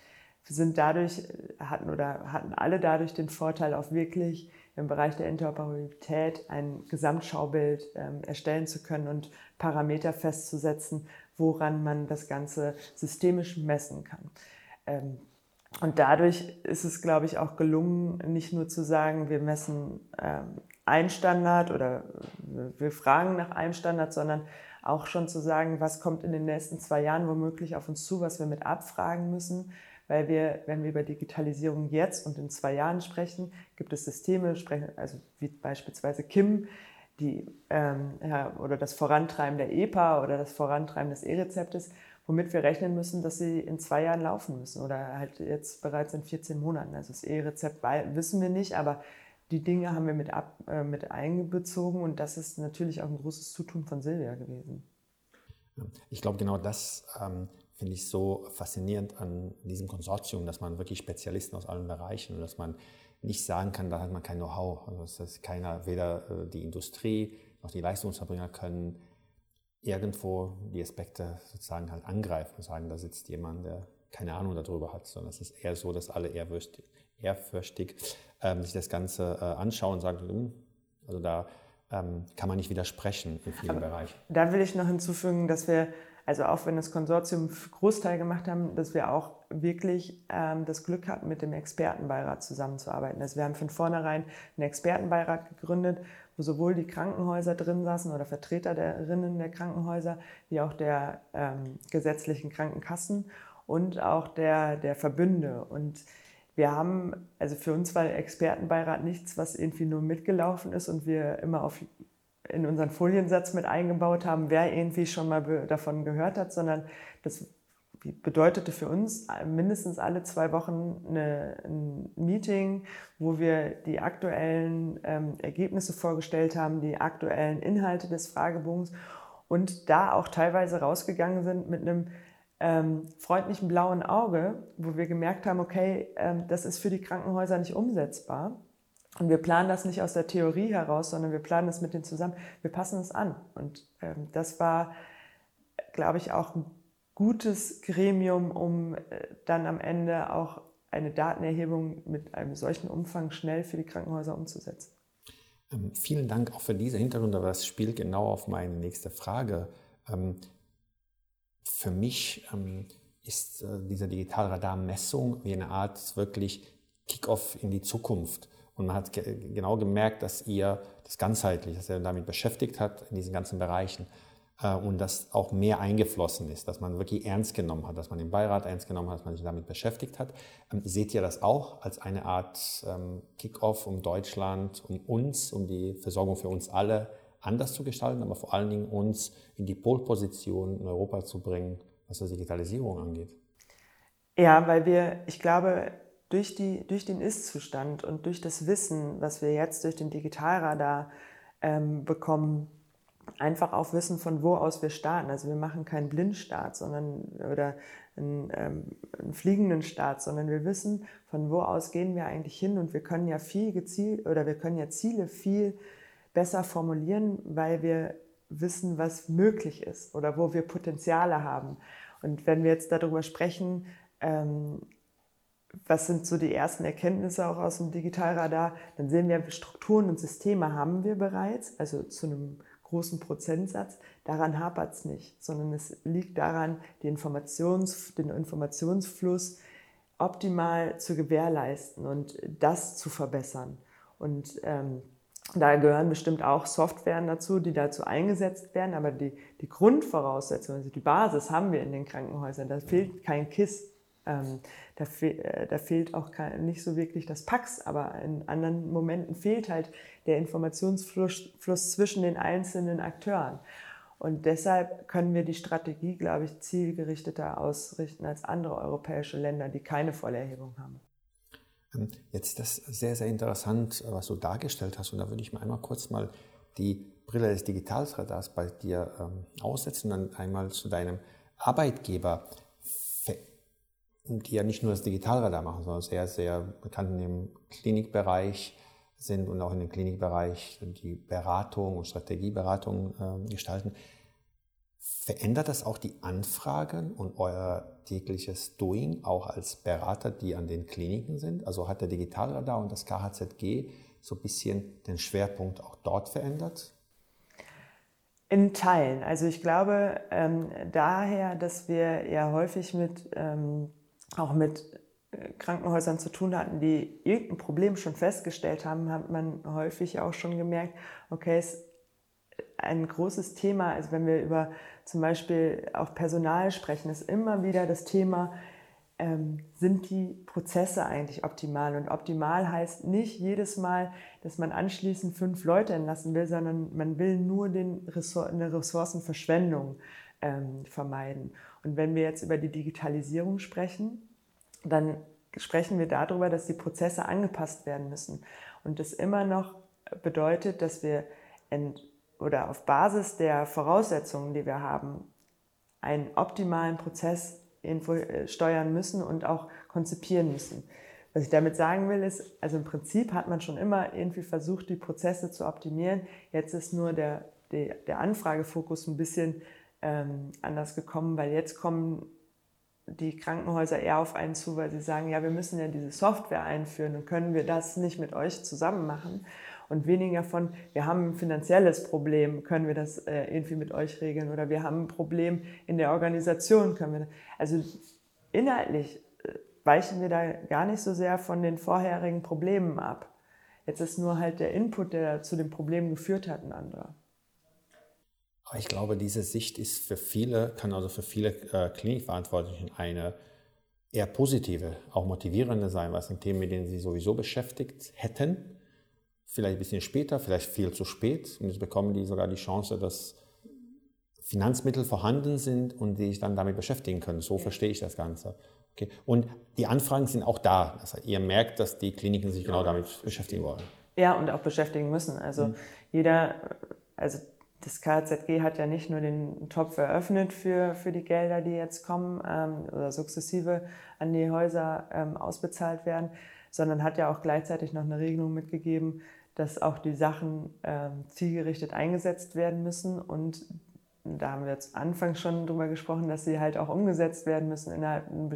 hatten alle dadurch den Vorteil, auch wirklich im Bereich der Interoperabilität ein Gesamtschaubild erstellen zu können und Parameter festzusetzen, woran man das Ganze systemisch messen kann. Und dadurch ist es, glaube ich, auch gelungen, nicht nur zu sagen, wir messen einen Standard oder wir fragen nach einem Standard, sondern auch schon zu sagen, was kommt in den nächsten 2 Jahren womöglich auf uns zu, was wir mit abfragen müssen. Weil wenn wir über Digitalisierung jetzt und in 2 Jahren sprechen, gibt es Systeme, also wie beispielsweise KIM, oder das Vorantreiben der EPA oder das Vorantreiben des E-Rezeptes, womit wir rechnen müssen, dass sie in 2 Jahren laufen müssen oder halt jetzt bereits in 14 Monaten. Also das E-Rezept wissen wir nicht, aber die Dinge haben wir mit einbezogen und das ist natürlich auch ein großes Zutun von Silvia gewesen. Ich glaube, genau das finde ich so faszinierend an diesem Konsortium, dass man wirklich Spezialisten aus allen Bereichen und dass man nicht sagen kann, da hat man kein Know-how. Also dass weder die Industrie noch die Leistungserbringer können irgendwo die Aspekte sozusagen halt angreifen und sagen, da sitzt jemand, der keine Ahnung darüber hat, sondern es ist eher so, dass alle ehrfürchtig sich das Ganze anschauen und sagen, also da kann man nicht widersprechen in vielen Bereichen. Da will ich noch hinzufügen, dass wir, also auch wenn das Konsortium Großteil gemacht haben, dass wir auch wirklich das Glück hatten, mit dem Expertenbeirat zusammenzuarbeiten. Also wir haben von vornherein einen Expertenbeirat gegründet, wo sowohl die Krankenhäuser drin saßen oder Vertreterinnen der Krankenhäuser, wie auch der gesetzlichen Krankenkassen und auch der Verbünde. Und wir haben, also für uns war der Expertenbeirat nichts, was irgendwie nur mitgelaufen ist und wir immer in unseren Foliensatz mit eingebaut haben, wer irgendwie schon mal davon gehört hat, sondern das bedeutete für uns mindestens alle 2 Wochen ein Meeting, wo wir die aktuellen Ergebnisse vorgestellt haben, die aktuellen Inhalte des Fragebogens und da auch teilweise rausgegangen sind mit einem freundlichen blauen Auge, wo wir gemerkt haben, okay, das ist für die Krankenhäuser nicht umsetzbar. Und wir planen das nicht aus der Theorie heraus, sondern wir planen das mit denen zusammen. Wir passen es an. Und das war, glaube ich, auch ein gutes Gremium, um dann am Ende auch eine Datenerhebung mit einem solchen Umfang schnell für die Krankenhäuser umzusetzen. Vielen Dank auch für diese Hintergründe, aber das spielt genau auf meine nächste Frage. Für mich ist diese Digitalradar-Messung wie eine Art wirklich Kick-off in die Zukunft. Und man hat genau gemerkt, dass ihr das ganzheitlich, dass ihr damit beschäftigt hat in diesen ganzen Bereichen und dass auch mehr eingeflossen ist, dass man wirklich ernst genommen hat, dass man den Beirat ernst genommen hat, dass man sich damit beschäftigt hat. Seht ihr das auch als eine Art Kick-off, um Deutschland, um uns, um die Versorgung für uns alle anders zu gestalten, aber vor allen Dingen uns in die Polposition in Europa zu bringen, was die Digitalisierung angeht? Ja, weil ich glaube, durch den Ist-Zustand und durch das Wissen, was wir jetzt durch den Digitalradar bekommen, einfach auch wissen, von wo aus wir starten. Also wir machen keinen Blindstart oder einen fliegenden Start, sondern wir wissen, von wo aus gehen wir eigentlich hin und wir können ja Ziele viel besser formulieren, weil wir wissen, was möglich ist oder wo wir Potenziale haben. Und wenn wir jetzt darüber sprechen, was sind so die ersten Erkenntnisse auch aus dem Digitalradar, dann sehen wir, Strukturen und Systeme haben wir bereits, also zu einem großen Prozentsatz. Daran hapert es nicht, sondern es liegt daran, den Informationsfluss optimal zu gewährleisten und das zu verbessern. Und da gehören bestimmt auch Softwaren dazu, die dazu eingesetzt werden, aber die Grundvoraussetzungen, also die Basis haben wir in den Krankenhäusern. Da fehlt kein KISS. Da fehlt auch nicht so wirklich das PACS, aber in anderen Momenten fehlt halt der Informationsfluss zwischen den einzelnen Akteuren. Und deshalb können wir die Strategie, glaube ich, zielgerichteter ausrichten als andere europäische Länder, die keine Vollerhebung haben. Jetzt ist das sehr, sehr interessant, was du dargestellt hast. Und da würde ich mal einmal kurz mal die Brille des Digitalradars bei dir aussetzen und dann einmal zu deinem Arbeitgeber, die ja nicht nur das Digitalradar machen, sondern sehr, sehr bekannt im Klinikbereich sind und auch in dem Klinikbereich die Beratung und Strategieberatung gestalten. Verändert das auch die Anfragen und euer tägliches Doing auch als Berater, die an den Kliniken sind? Also hat der Digitalradar und das KHZG so ein bisschen den Schwerpunkt auch dort verändert? In Teilen. Also ich glaube daher, dass wir ja häufig auch mit Krankenhäusern zu tun hatten, die irgendein Problem schon festgestellt haben, hat man häufig auch schon gemerkt, okay, es ist ein großes Thema, also wenn wir über zum Beispiel auch Personal sprechen, ist immer wieder das Thema, sind die Prozesse eigentlich optimal? Und optimal heißt nicht jedes Mal, dass man anschließend 5 Leute entlassen will, sondern man will nur eine Ressourcenverschwendung vermeiden. Und wenn wir jetzt über die Digitalisierung sprechen, dann sprechen wir darüber, dass die Prozesse angepasst werden müssen. Und das immer noch bedeutet, dass wir oder auf Basis der Voraussetzungen, die wir haben, einen optimalen Prozess steuern müssen und auch konzipieren müssen. Was ich damit sagen will, ist, also im Prinzip hat man schon immer irgendwie versucht, die Prozesse zu optimieren. Jetzt ist nur der Anfragefokus ein bisschen anders gekommen, weil jetzt kommen die Krankenhäuser eher auf einen zu, weil sie sagen, ja, wir müssen ja diese Software einführen und können wir das nicht mit euch zusammen machen? Und weniger von, wir haben ein finanzielles Problem, können wir das irgendwie mit euch regeln? Oder wir haben ein Problem in der Organisation, können wir das? Also inhaltlich weichen wir da gar nicht so sehr von den vorherigen Problemen ab. Jetzt ist nur halt der Input, der zu dem Problem geführt hat, ein anderer. Aber ich glaube, diese Sicht ist für viele Klinikverantwortlichen eine eher positive, auch motivierende sein, was sind Themen, mit denen sie sowieso beschäftigt hätten. Vielleicht ein bisschen später, vielleicht viel zu spät. Und jetzt bekommen die sogar die Chance, dass Finanzmittel vorhanden sind und die sich dann damit beschäftigen können. So verstehe ich das Ganze. Okay. Und die Anfragen sind auch da. Also ihr merkt, dass die Kliniken sich genau damit beschäftigen wollen. Ja, und auch beschäftigen müssen. Also das KHZG hat ja nicht nur den Topf eröffnet für die Gelder, die jetzt kommen oder sukzessive an die Häuser ausbezahlt werden, sondern hat ja auch gleichzeitig noch eine Regelung mitgegeben, dass auch die Sachen zielgerichtet eingesetzt werden müssen. Und da haben wir jetzt anfangs schon drüber gesprochen, dass sie halt auch umgesetzt werden müssen innerhalb eines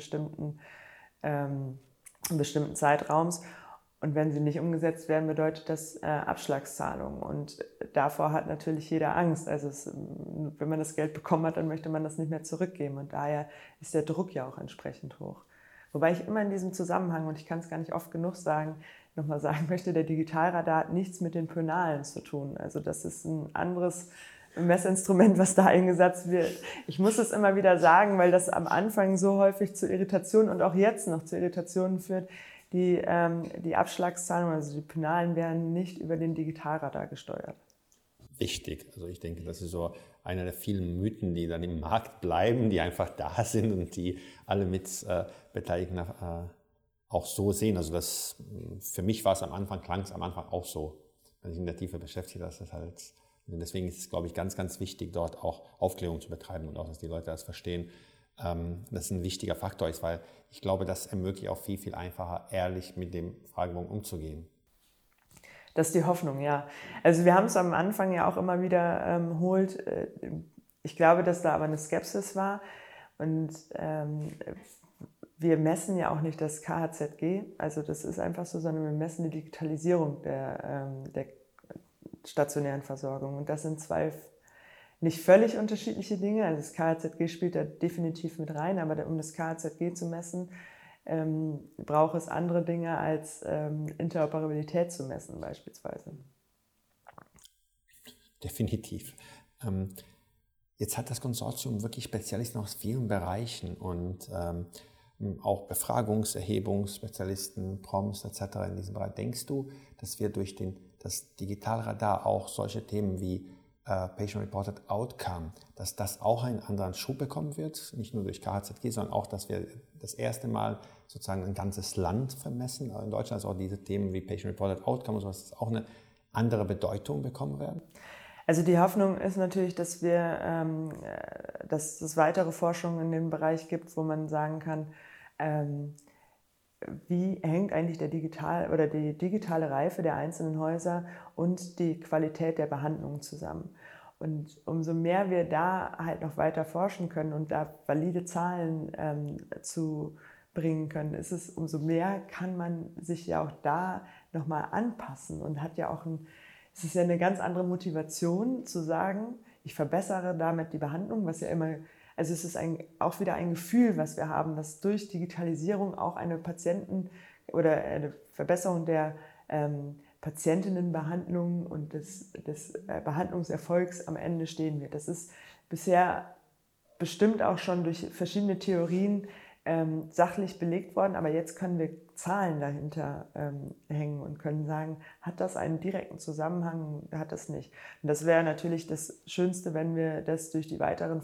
bestimmten Zeitraums. Und wenn sie nicht umgesetzt werden, bedeutet das Abschlagszahlungen. Und davor hat natürlich jeder Angst. Also wenn man das Geld bekommen hat, dann möchte man das nicht mehr zurückgeben. Und daher ist der Druck ja auch entsprechend hoch. Wobei ich immer in diesem Zusammenhang, und ich kann es gar nicht oft genug nochmal sagen möchte, der Digitalradar hat nichts mit den Pönalen zu tun. Also das ist ein anderes Messinstrument, was da eingesetzt wird. Ich muss es immer wieder sagen, weil das am Anfang so häufig zu Irritationen und auch jetzt noch zu Irritationen führt. Die Abschlagszahlungen, also die Pönalen, werden nicht über den Digitalradar gesteuert. Wichtig. Also ich denke, das ist so einer der vielen Mythen, die dann im Markt bleiben, die einfach da sind und die alle Mitbeteiligten auch so sehen. Also das, für mich war es klang es am Anfang auch so, wenn ich in der Tiefe beschäftigt, dass das halt, und deswegen ist es, glaube ich, ganz, ganz wichtig, dort auch Aufklärung zu betreiben und auch, dass die Leute das verstehen, das ein wichtiger Faktor ist, weil ich glaube, das ermöglicht auch viel, viel einfacher, ehrlich mit dem Fragebogen umzugehen. Das ist die Hoffnung, ja. Also wir haben es am Anfang ja auch immer wieder holt. Ich glaube, dass da aber eine Skepsis war. Und wir messen ja auch nicht das KHZG, also das ist einfach so, sondern wir messen die Digitalisierung der stationären Versorgung. Und das sind zwei nicht völlig unterschiedliche Dinge. Also das KHZG spielt da definitiv mit rein, aber um das KHZG zu messen, braucht es andere Dinge als Interoperabilität zu messen beispielsweise. Definitiv. Jetzt hat das Konsortium wirklich Spezialisten aus vielen Bereichen und auch Befragungserhebungsspezialisten, PROMs etc. in diesem Bereich. Denkst du, dass wir durch das Digitalradar auch solche Themen wie Patient-Reported Outcome, dass das auch einen anderen Schub bekommen wird, nicht nur durch KHZG, sondern auch, dass wir das erste Mal sozusagen ein ganzes Land vermessen. In Deutschland ist auch diese Themen wie Patient-Reported Outcome und sowas auch eine andere Bedeutung bekommen werden. Also die Hoffnung ist natürlich, dass es weitere Forschung in dem Bereich gibt, wo man sagen kann, wie hängt eigentlich die digitale Reife der einzelnen Häuser und die Qualität der Behandlung zusammen. Und umso mehr wir da halt noch weiter forschen können und da valide Zahlen zu bringen können, umso mehr kann man sich ja auch da nochmal anpassen und hat ja auch es ist ja eine ganz andere Motivation zu sagen, ich verbessere damit die Behandlung, was ja immer, also es ist auch wieder ein Gefühl, was wir haben, dass durch Digitalisierung auch eine oder eine Verbesserung der Patientinnenbehandlung und des Behandlungserfolgs am Ende stehen wird. Das ist bisher bestimmt auch schon durch verschiedene Theorien sachlich belegt worden, aber jetzt können wir Zahlen dahinter hängen und können sagen, hat das einen direkten Zusammenhang, hat das nicht. Und das wäre natürlich das Schönste, wenn wir das durch die weiteren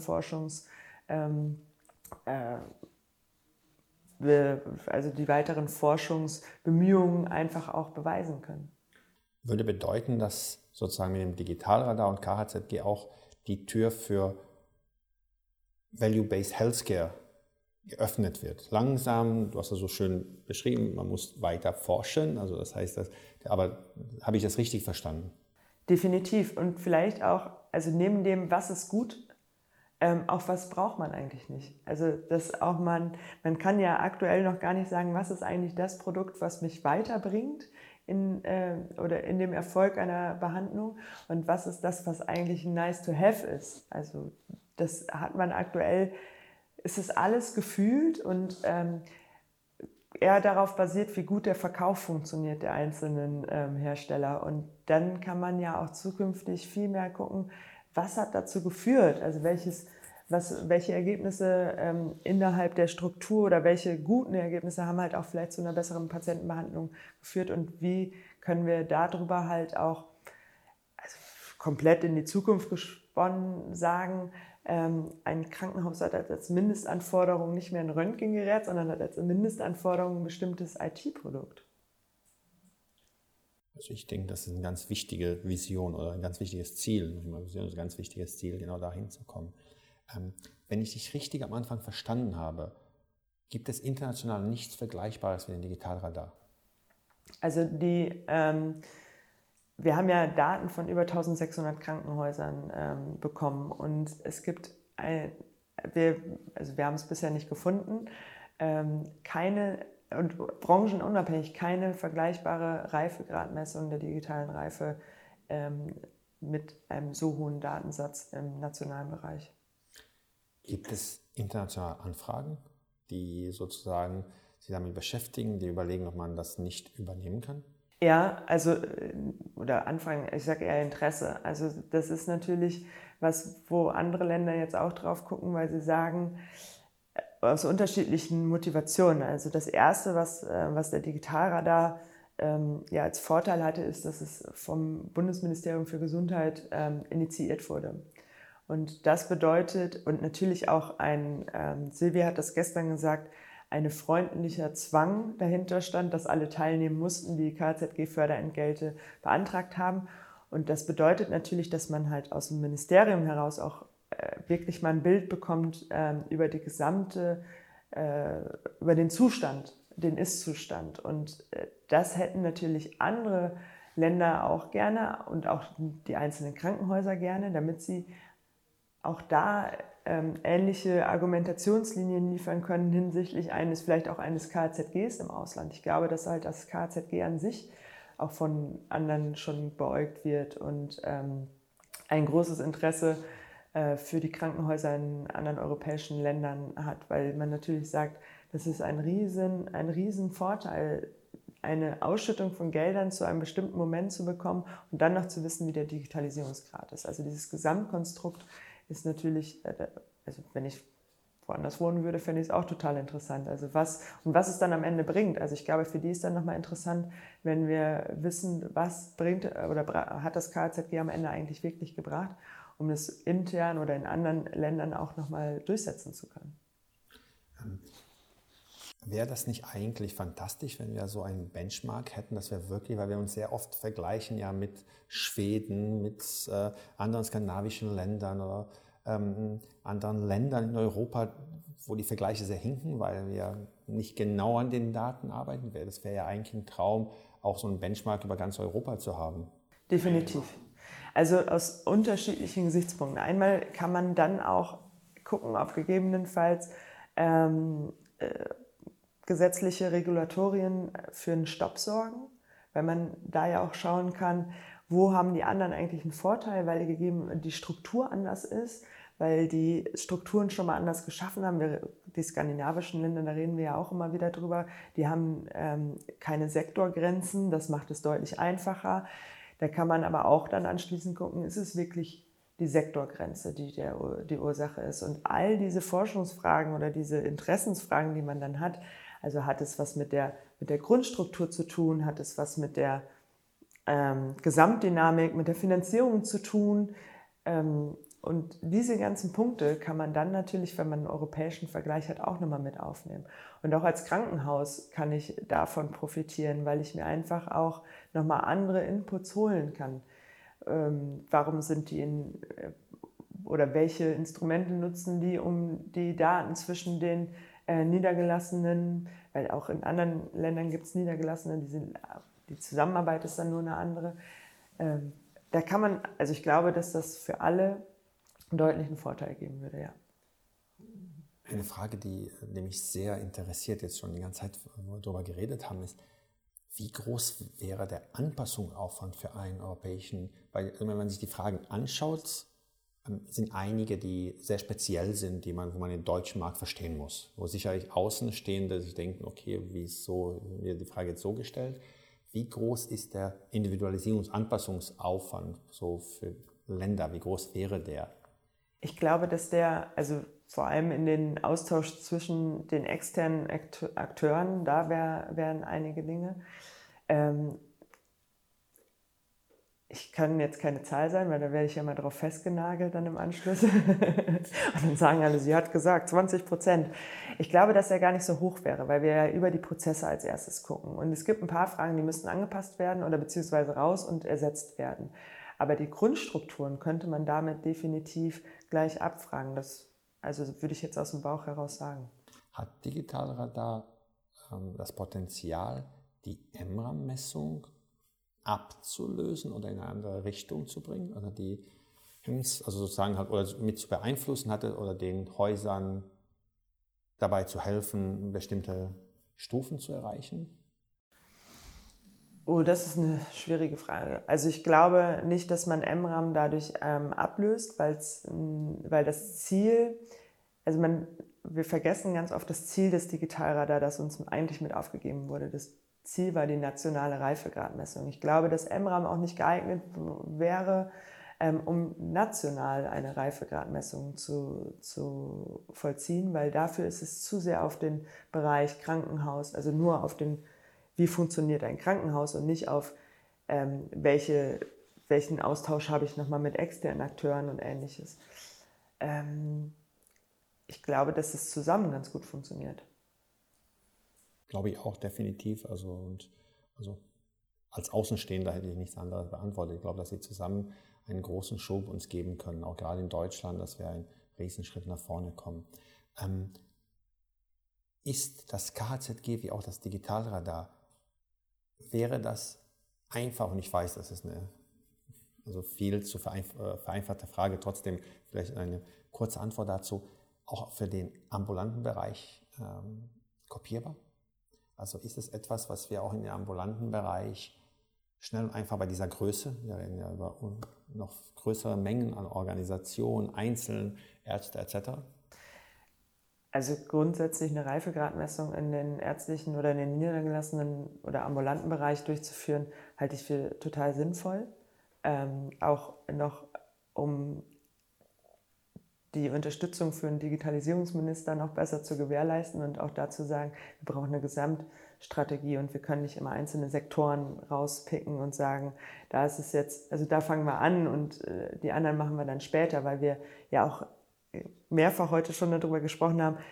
Forschungsbemühungen einfach auch beweisen können. Würde bedeuten, dass sozusagen mit dem Digitalradar und KHZG auch die Tür für Value-Based Healthcare geöffnet wird. Langsam, du hast das so schön beschrieben, man muss weiter forschen, also das heißt, aber habe ich das richtig verstanden? Definitiv und vielleicht auch, also neben dem, was ist gut, auch was braucht man eigentlich nicht. Also dass auch man kann ja aktuell noch gar nicht sagen, was ist eigentlich das Produkt, was mich weiterbringt in dem Erfolg einer Behandlung und was ist das, was eigentlich nice to have ist. Also das hat man aktuell, ist es alles gefühlt und eher darauf basiert, wie gut der Verkauf funktioniert der einzelnen Hersteller. Und dann kann man ja auch zukünftig viel mehr gucken, was hat dazu geführt, also welche Ergebnisse innerhalb der Struktur oder welche guten Ergebnisse haben halt auch vielleicht zu einer besseren Patientenbehandlung geführt und wie können wir darüber halt auch, also komplett in die Zukunft gesponnen, sagen, ein Krankenhaus hat als Mindestanforderung nicht mehr ein Röntgengerät, sondern hat als Mindestanforderung ein bestimmtes IT-Produkt. Also ich denke, das ist eine ganz wichtige Vision oder ein ganz wichtiges Ziel, ein ganz wichtiges Ziel, genau dahin zu kommen. Wenn ich dich richtig am Anfang verstanden habe, gibt es international nichts Vergleichbares wie den Digitalradar? Also wir haben ja Daten von über 1600 Krankenhäusern bekommen und es gibt, wir haben es bisher nicht gefunden, keine und branchenunabhängig keine vergleichbare Reifegradmessung der digitalen Reife mit einem so hohen Datensatz im nationalen Bereich. Gibt es internationale Anfragen, die sozusagen sich damit beschäftigen, die überlegen, ob man das nicht übernehmen kann? Ja, also, oder Anfragen, ich sage eher Interesse. Also das ist natürlich was, wo andere Länder jetzt auch drauf gucken, weil sie sagen, aus unterschiedlichen Motivationen. Also das Erste, was der Digitalradar als Vorteil hatte, ist, dass es vom Bundesministerium für Gesundheit initiiert wurde. Und das bedeutet, und natürlich auch Silvia hat das gestern gesagt, ein freundlicher Zwang dahinter stand, dass alle teilnehmen mussten, die KZG-Förderentgelte beantragt haben. Und das bedeutet natürlich, dass man halt aus dem Ministerium heraus auch wirklich mal ein Bild bekommt über über den Zustand, den Ist-Zustand. Und das hätten natürlich andere Länder auch gerne und auch die einzelnen Krankenhäuser gerne, damit sie auch da ähnliche Argumentationslinien liefern können hinsichtlich vielleicht auch eines KZGs im Ausland. Ich glaube, dass halt das KZG an sich auch von anderen schon beäugt wird und ein großes Interesse für die Krankenhäuser in anderen europäischen Ländern hat, weil man natürlich sagt, das ist ein riesen Vorteil, eine Ausschüttung von Geldern zu einem bestimmten Moment zu bekommen und dann noch zu wissen, wie der Digitalisierungsgrad ist. Also dieses Gesamtkonstrukt ist natürlich, also wenn ich woanders wohnen würde, fände ich es auch total interessant. Also was es dann am Ende bringt. Also ich glaube, für die ist dann nochmal interessant, wenn wir wissen, was bringt oder hat das KZG am Ende eigentlich wirklich gebracht, um das intern oder in anderen Ländern auch nochmal durchsetzen zu können. wäre das nicht eigentlich fantastisch, wenn wir so einen Benchmark hätten, dass wir wirklich, weil wir uns sehr oft vergleichen ja mit Schweden, mit anderen skandinavischen Ländern oder anderen Ländern in Europa, wo die Vergleiche sehr hinken, weil wir nicht genau an den Daten arbeiten. Das wäre ja eigentlich ein Traum, auch so einen Benchmark über ganz Europa zu haben. Definitiv. Also aus unterschiedlichen Gesichtspunkten. Einmal kann man dann auch gucken, ob gegebenenfalls gesetzliche Regulatorien für einen Stopp sorgen, weil man da ja auch schauen kann, wo haben die anderen eigentlich einen Vorteil, weil die Struktur anders ist, weil die Strukturen schon mal anders geschaffen haben. Die skandinavischen Länder, da reden wir ja auch immer wieder drüber, die haben keine Sektorgrenzen, das macht es deutlich einfacher. Da kann man aber auch dann anschließend gucken, ist es wirklich die Sektorgrenze, die die Ursache ist. Und all diese Forschungsfragen oder diese Interessensfragen, die man dann hat, also hat es was mit der Grundstruktur zu tun, hat es was mit der Gesamtdynamik, mit der Finanzierung zu tun. Und diese ganzen Punkte kann man dann natürlich, wenn man einen europäischen Vergleich hat, auch nochmal mit aufnehmen. Und auch als Krankenhaus kann ich davon profitieren, weil ich mir einfach auch nochmal andere Inputs holen kann. Warum sind die oder welche Instrumente nutzen die, um die Daten zwischen den Niedergelassenen, weil auch in anderen Ländern gibt es Niedergelassene, die Zusammenarbeit ist dann nur eine andere. Da kann man, also ich glaube, dass das für alle einen deutlichen Vorteil geben würde, ja. Eine Frage, die mich sehr interessiert, jetzt schon die ganze Zeit, wo wir darüber geredet haben, ist, wie groß wäre der Anpassungsaufwand für einen europäischen, weil wenn man sich die Fragen anschaut, sind einige, die sehr speziell sind, wo man den deutschen Markt verstehen muss, wo sicherlich Außenstehende sich denken, okay, wieso wird die Frage jetzt so gestellt? Wie groß ist der Individualisierungs- und Anpassungsaufwand so für Länder? Wie groß wäre der? Ich glaube, dass also vor allem in den Austausch zwischen den externen Akteuren, da wären einige Dinge. Ich kann jetzt keine Zahl sagen, weil da werde ich ja mal drauf festgenagelt dann im Anschluss. Und dann sagen alle, sie hat gesagt 20%. Ich glaube, dass er gar nicht so hoch wäre, weil wir ja über die Prozesse als erstes gucken. Und es gibt ein paar Fragen, die müssten angepasst werden oder beziehungsweise raus und ersetzt werden. Aber die Grundstrukturen könnte man damit definitiv gleich abfragen. Also würde ich jetzt aus dem Bauch heraus sagen. Hat Digitalradar das Potenzial, die MRAM-Messung abzulösen oder in eine andere Richtung zu bringen? Oder sozusagen oder mit zu beeinflussen hatte oder den Häusern dabei zu helfen, bestimmte Stufen zu erreichen? Oh, das ist eine schwierige Frage. Also ich glaube nicht, dass man MRAM dadurch ablöst, weil das Ziel, also wir vergessen ganz oft das Ziel des Digitalradar, das uns eigentlich mit aufgegeben wurde. Das Ziel war die nationale Reifegradmessung. Ich glaube, dass MRAM auch nicht geeignet wäre, um national eine Reifegradmessung zu vollziehen, weil dafür ist es zu sehr auf den Bereich Krankenhaus, also nur auf wie funktioniert ein Krankenhaus und nicht auf welchen Austausch habe ich nochmal mit externen Akteuren und Ähnliches. Ich glaube, dass es zusammen ganz gut funktioniert. Glaube ich auch definitiv. Also als Außenstehender hätte ich nichts anderes beantwortet. Ich glaube, dass sie zusammen einen großen Schub uns geben können, auch gerade in Deutschland, dass wir einen Riesenschritt nach vorne kommen. Ist das KHZG wie auch das Digitalradar, wäre das einfach, und ich weiß, das ist eine viel zu vereinfachte Frage, trotzdem vielleicht eine kurze Antwort dazu, auch für den ambulanten Bereich kopierbar? Also ist es etwas, was wir auch in den ambulanten Bereich schnell und einfach bei dieser Größe, wir reden ja über noch größere Mengen an Organisationen, Einzelnen, Ärzte etc.? Also grundsätzlich eine Reifegradmessung in den ärztlichen oder in den niedergelassenen oder ambulanten Bereich durchzuführen, halte ich für total sinnvoll. Auch noch um die Unterstützung für einen Digitalisierungsminister noch besser zu gewährleisten und auch dazu sagen, wir brauchen eine Gesamtstrategie und wir können nicht immer einzelne Sektoren rauspicken und sagen, da ist es jetzt, also da fangen wir an und die anderen machen wir dann später, weil wir ja auch mehrfach heute schon darüber gesprochen haben,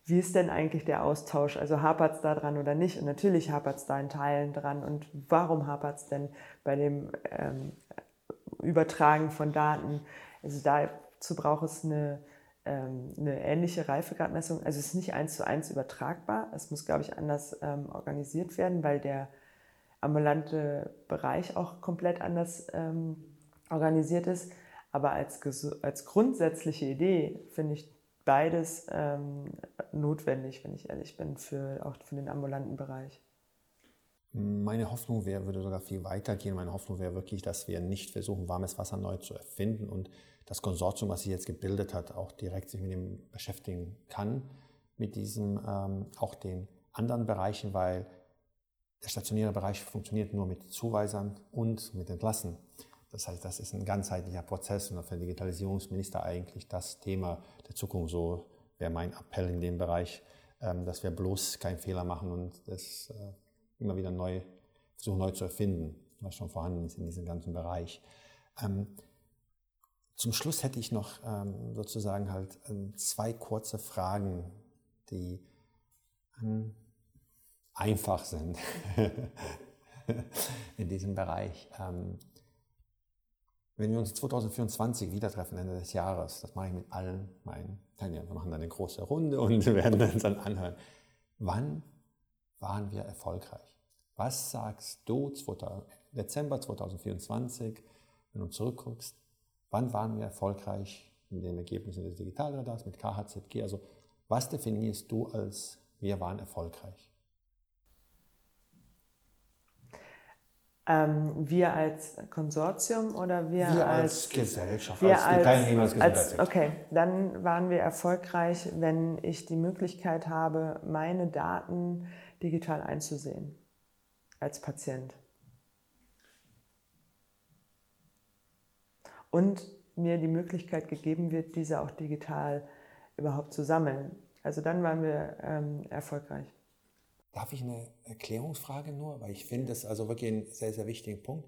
wie ist denn eigentlich der Austausch? Also hapert es da dran oder nicht? Und natürlich hapert es da in Teilen dran. Und warum hapert es denn bei dem Übertragen von Daten? Also dazu braucht es eine ähnliche Reifegradmessung. Also es ist nicht 1:1 übertragbar. Es muss, glaube ich, anders organisiert werden, weil der ambulante Bereich auch komplett anders organisiert ist. Aber als grundsätzliche Idee finde ich beides notwendig, wenn ich ehrlich bin, auch für den ambulanten Bereich. Meine Hoffnung würde sogar viel weiter gehen. Meine Hoffnung wäre wirklich, dass wir nicht versuchen, warmes Wasser neu zu erfinden und das Konsortium, was sich jetzt gebildet hat, auch direkt sich mit dem beschäftigen kann, mit diesem, auch den anderen Bereichen, weil der stationäre Bereich funktioniert nur mit Zuweisern und mit Entlassen. Das heißt, das ist ein ganzheitlicher Prozess und für den Digitalisierungsminister eigentlich das Thema der Zukunft. So wäre mein Appell in dem Bereich, dass wir bloß keinen Fehler machen und das immer wieder versuchen neu zu erfinden, was schon vorhanden ist in diesem ganzen Bereich. Zum Schluss hätte ich noch sozusagen halt 2 kurze Fragen, die einfach sind in diesem Bereich. Wenn wir uns 2024 wieder treffen, Ende des Jahres, das mache ich mit allen meinen Teilnehmern. Wir machen dann eine große Runde und werden uns dann anhören. Wann waren wir erfolgreich? Was sagst du, Dezember 2024, wenn du zurückguckst, wann waren wir erfolgreich mit den Ergebnissen des Digitalradars, mit KHZG? Also was definierst du als wir waren erfolgreich? Wir als Konsortium oder wir als Gesellschaft, wir als die Teilnehmer des Gesundheitssektors? Okay, dann waren wir erfolgreich, wenn ich die Möglichkeit habe, meine Daten digital einzusehen als Patient. Und mir die Möglichkeit gegeben wird, diese auch digital überhaupt zu sammeln. Also dann waren wir erfolgreich. Darf ich eine Erklärungsfrage nur? Weil ich finde es also wirklich einen sehr, sehr wichtigen Punkt.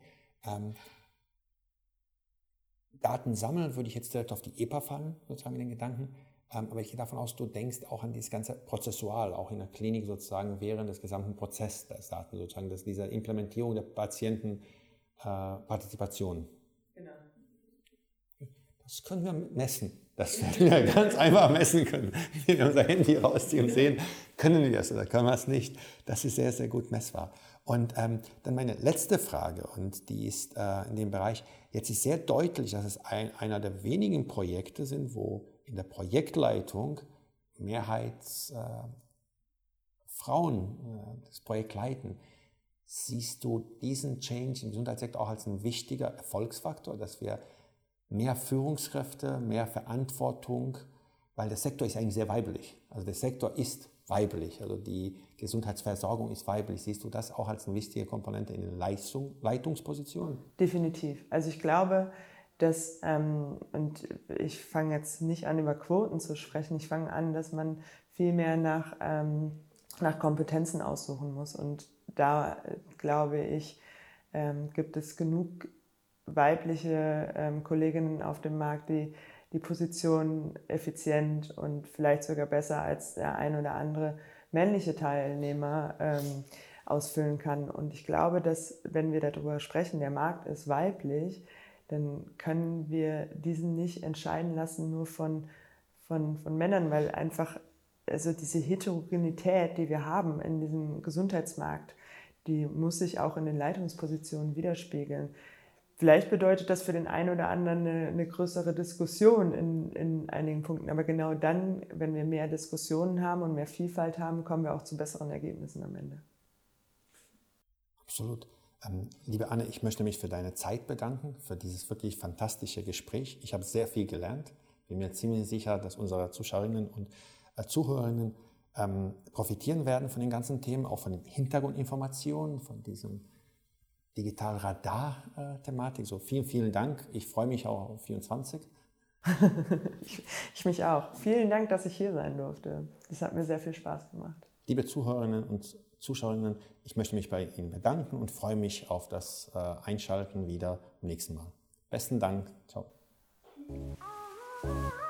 Daten sammeln würde ich jetzt direkt auf die EPA fallen, sozusagen in den Gedanken. Aber ich gehe davon aus, du denkst auch an dieses ganze Prozessual, auch in der Klinik sozusagen während des gesamten Prozesses der Daten, sozusagen dieser Implementierung der Patientenpartizipation. Genau. Das können wir messen. Das werden wir ganz einfach messen können. Wenn wir unser Handy rausziehen und sehen, können wir es oder können wir es nicht. Das ist sehr, sehr gut messbar. Und dann meine letzte Frage, und die ist in dem Bereich, jetzt ist sehr deutlich, dass es einer der wenigen Projekte sind, wo in der Projektleitung Frauen das Projekt leiten. Siehst du diesen Change im Gesundheitssektor auch als ein wichtiger Erfolgsfaktor, dass wir mehr Führungskräfte, mehr Verantwortung, weil der Sektor ist eigentlich sehr weiblich. Also der Sektor ist weiblich, also die Gesundheitsversorgung ist weiblich. Siehst du das auch als eine wichtige Komponente in den Leitungspositionen? Definitiv. Also ich glaube, dass, und ich fange jetzt nicht an, über Quoten zu sprechen, ich fange an, dass man viel mehr nach Kompetenzen aussuchen muss. Und da, glaube ich, gibt es genug weibliche Kolleginnen auf dem Markt, die die Position effizient und vielleicht sogar besser als der ein oder andere männliche Teilnehmer ausfüllen kann. Und ich glaube, dass, wenn wir darüber sprechen, der Markt ist weiblich, dann können wir diesen nicht entscheiden lassen nur von Männern, weil einfach also diese Heterogenität, die wir haben in diesem Gesundheitsmarkt, die muss sich auch in den Leitungspositionen widerspiegeln. Vielleicht bedeutet das für den einen oder anderen eine größere Diskussion in einigen Punkten. Aber genau dann, wenn wir mehr Diskussionen haben und mehr Vielfalt haben, kommen wir auch zu besseren Ergebnissen am Ende. Absolut. Liebe Anne, ich möchte mich für deine Zeit bedanken, für dieses wirklich fantastische Gespräch. Ich habe sehr viel gelernt. Bin mir ziemlich sicher, dass unsere Zuschauerinnen und Zuhörerinnen profitieren werden von den ganzen Themen, auch von den Hintergrundinformationen, von diesem Digitalradar-Thematik. So vielen, vielen Dank. Ich freue mich auch auf 24. Ich mich auch. Vielen Dank, dass ich hier sein durfte. Das hat mir sehr viel Spaß gemacht. Liebe Zuhörerinnen und Zuschauerinnen, ich möchte mich bei Ihnen bedanken und freue mich auf das Einschalten wieder beim nächsten Mal. Besten Dank. Ciao.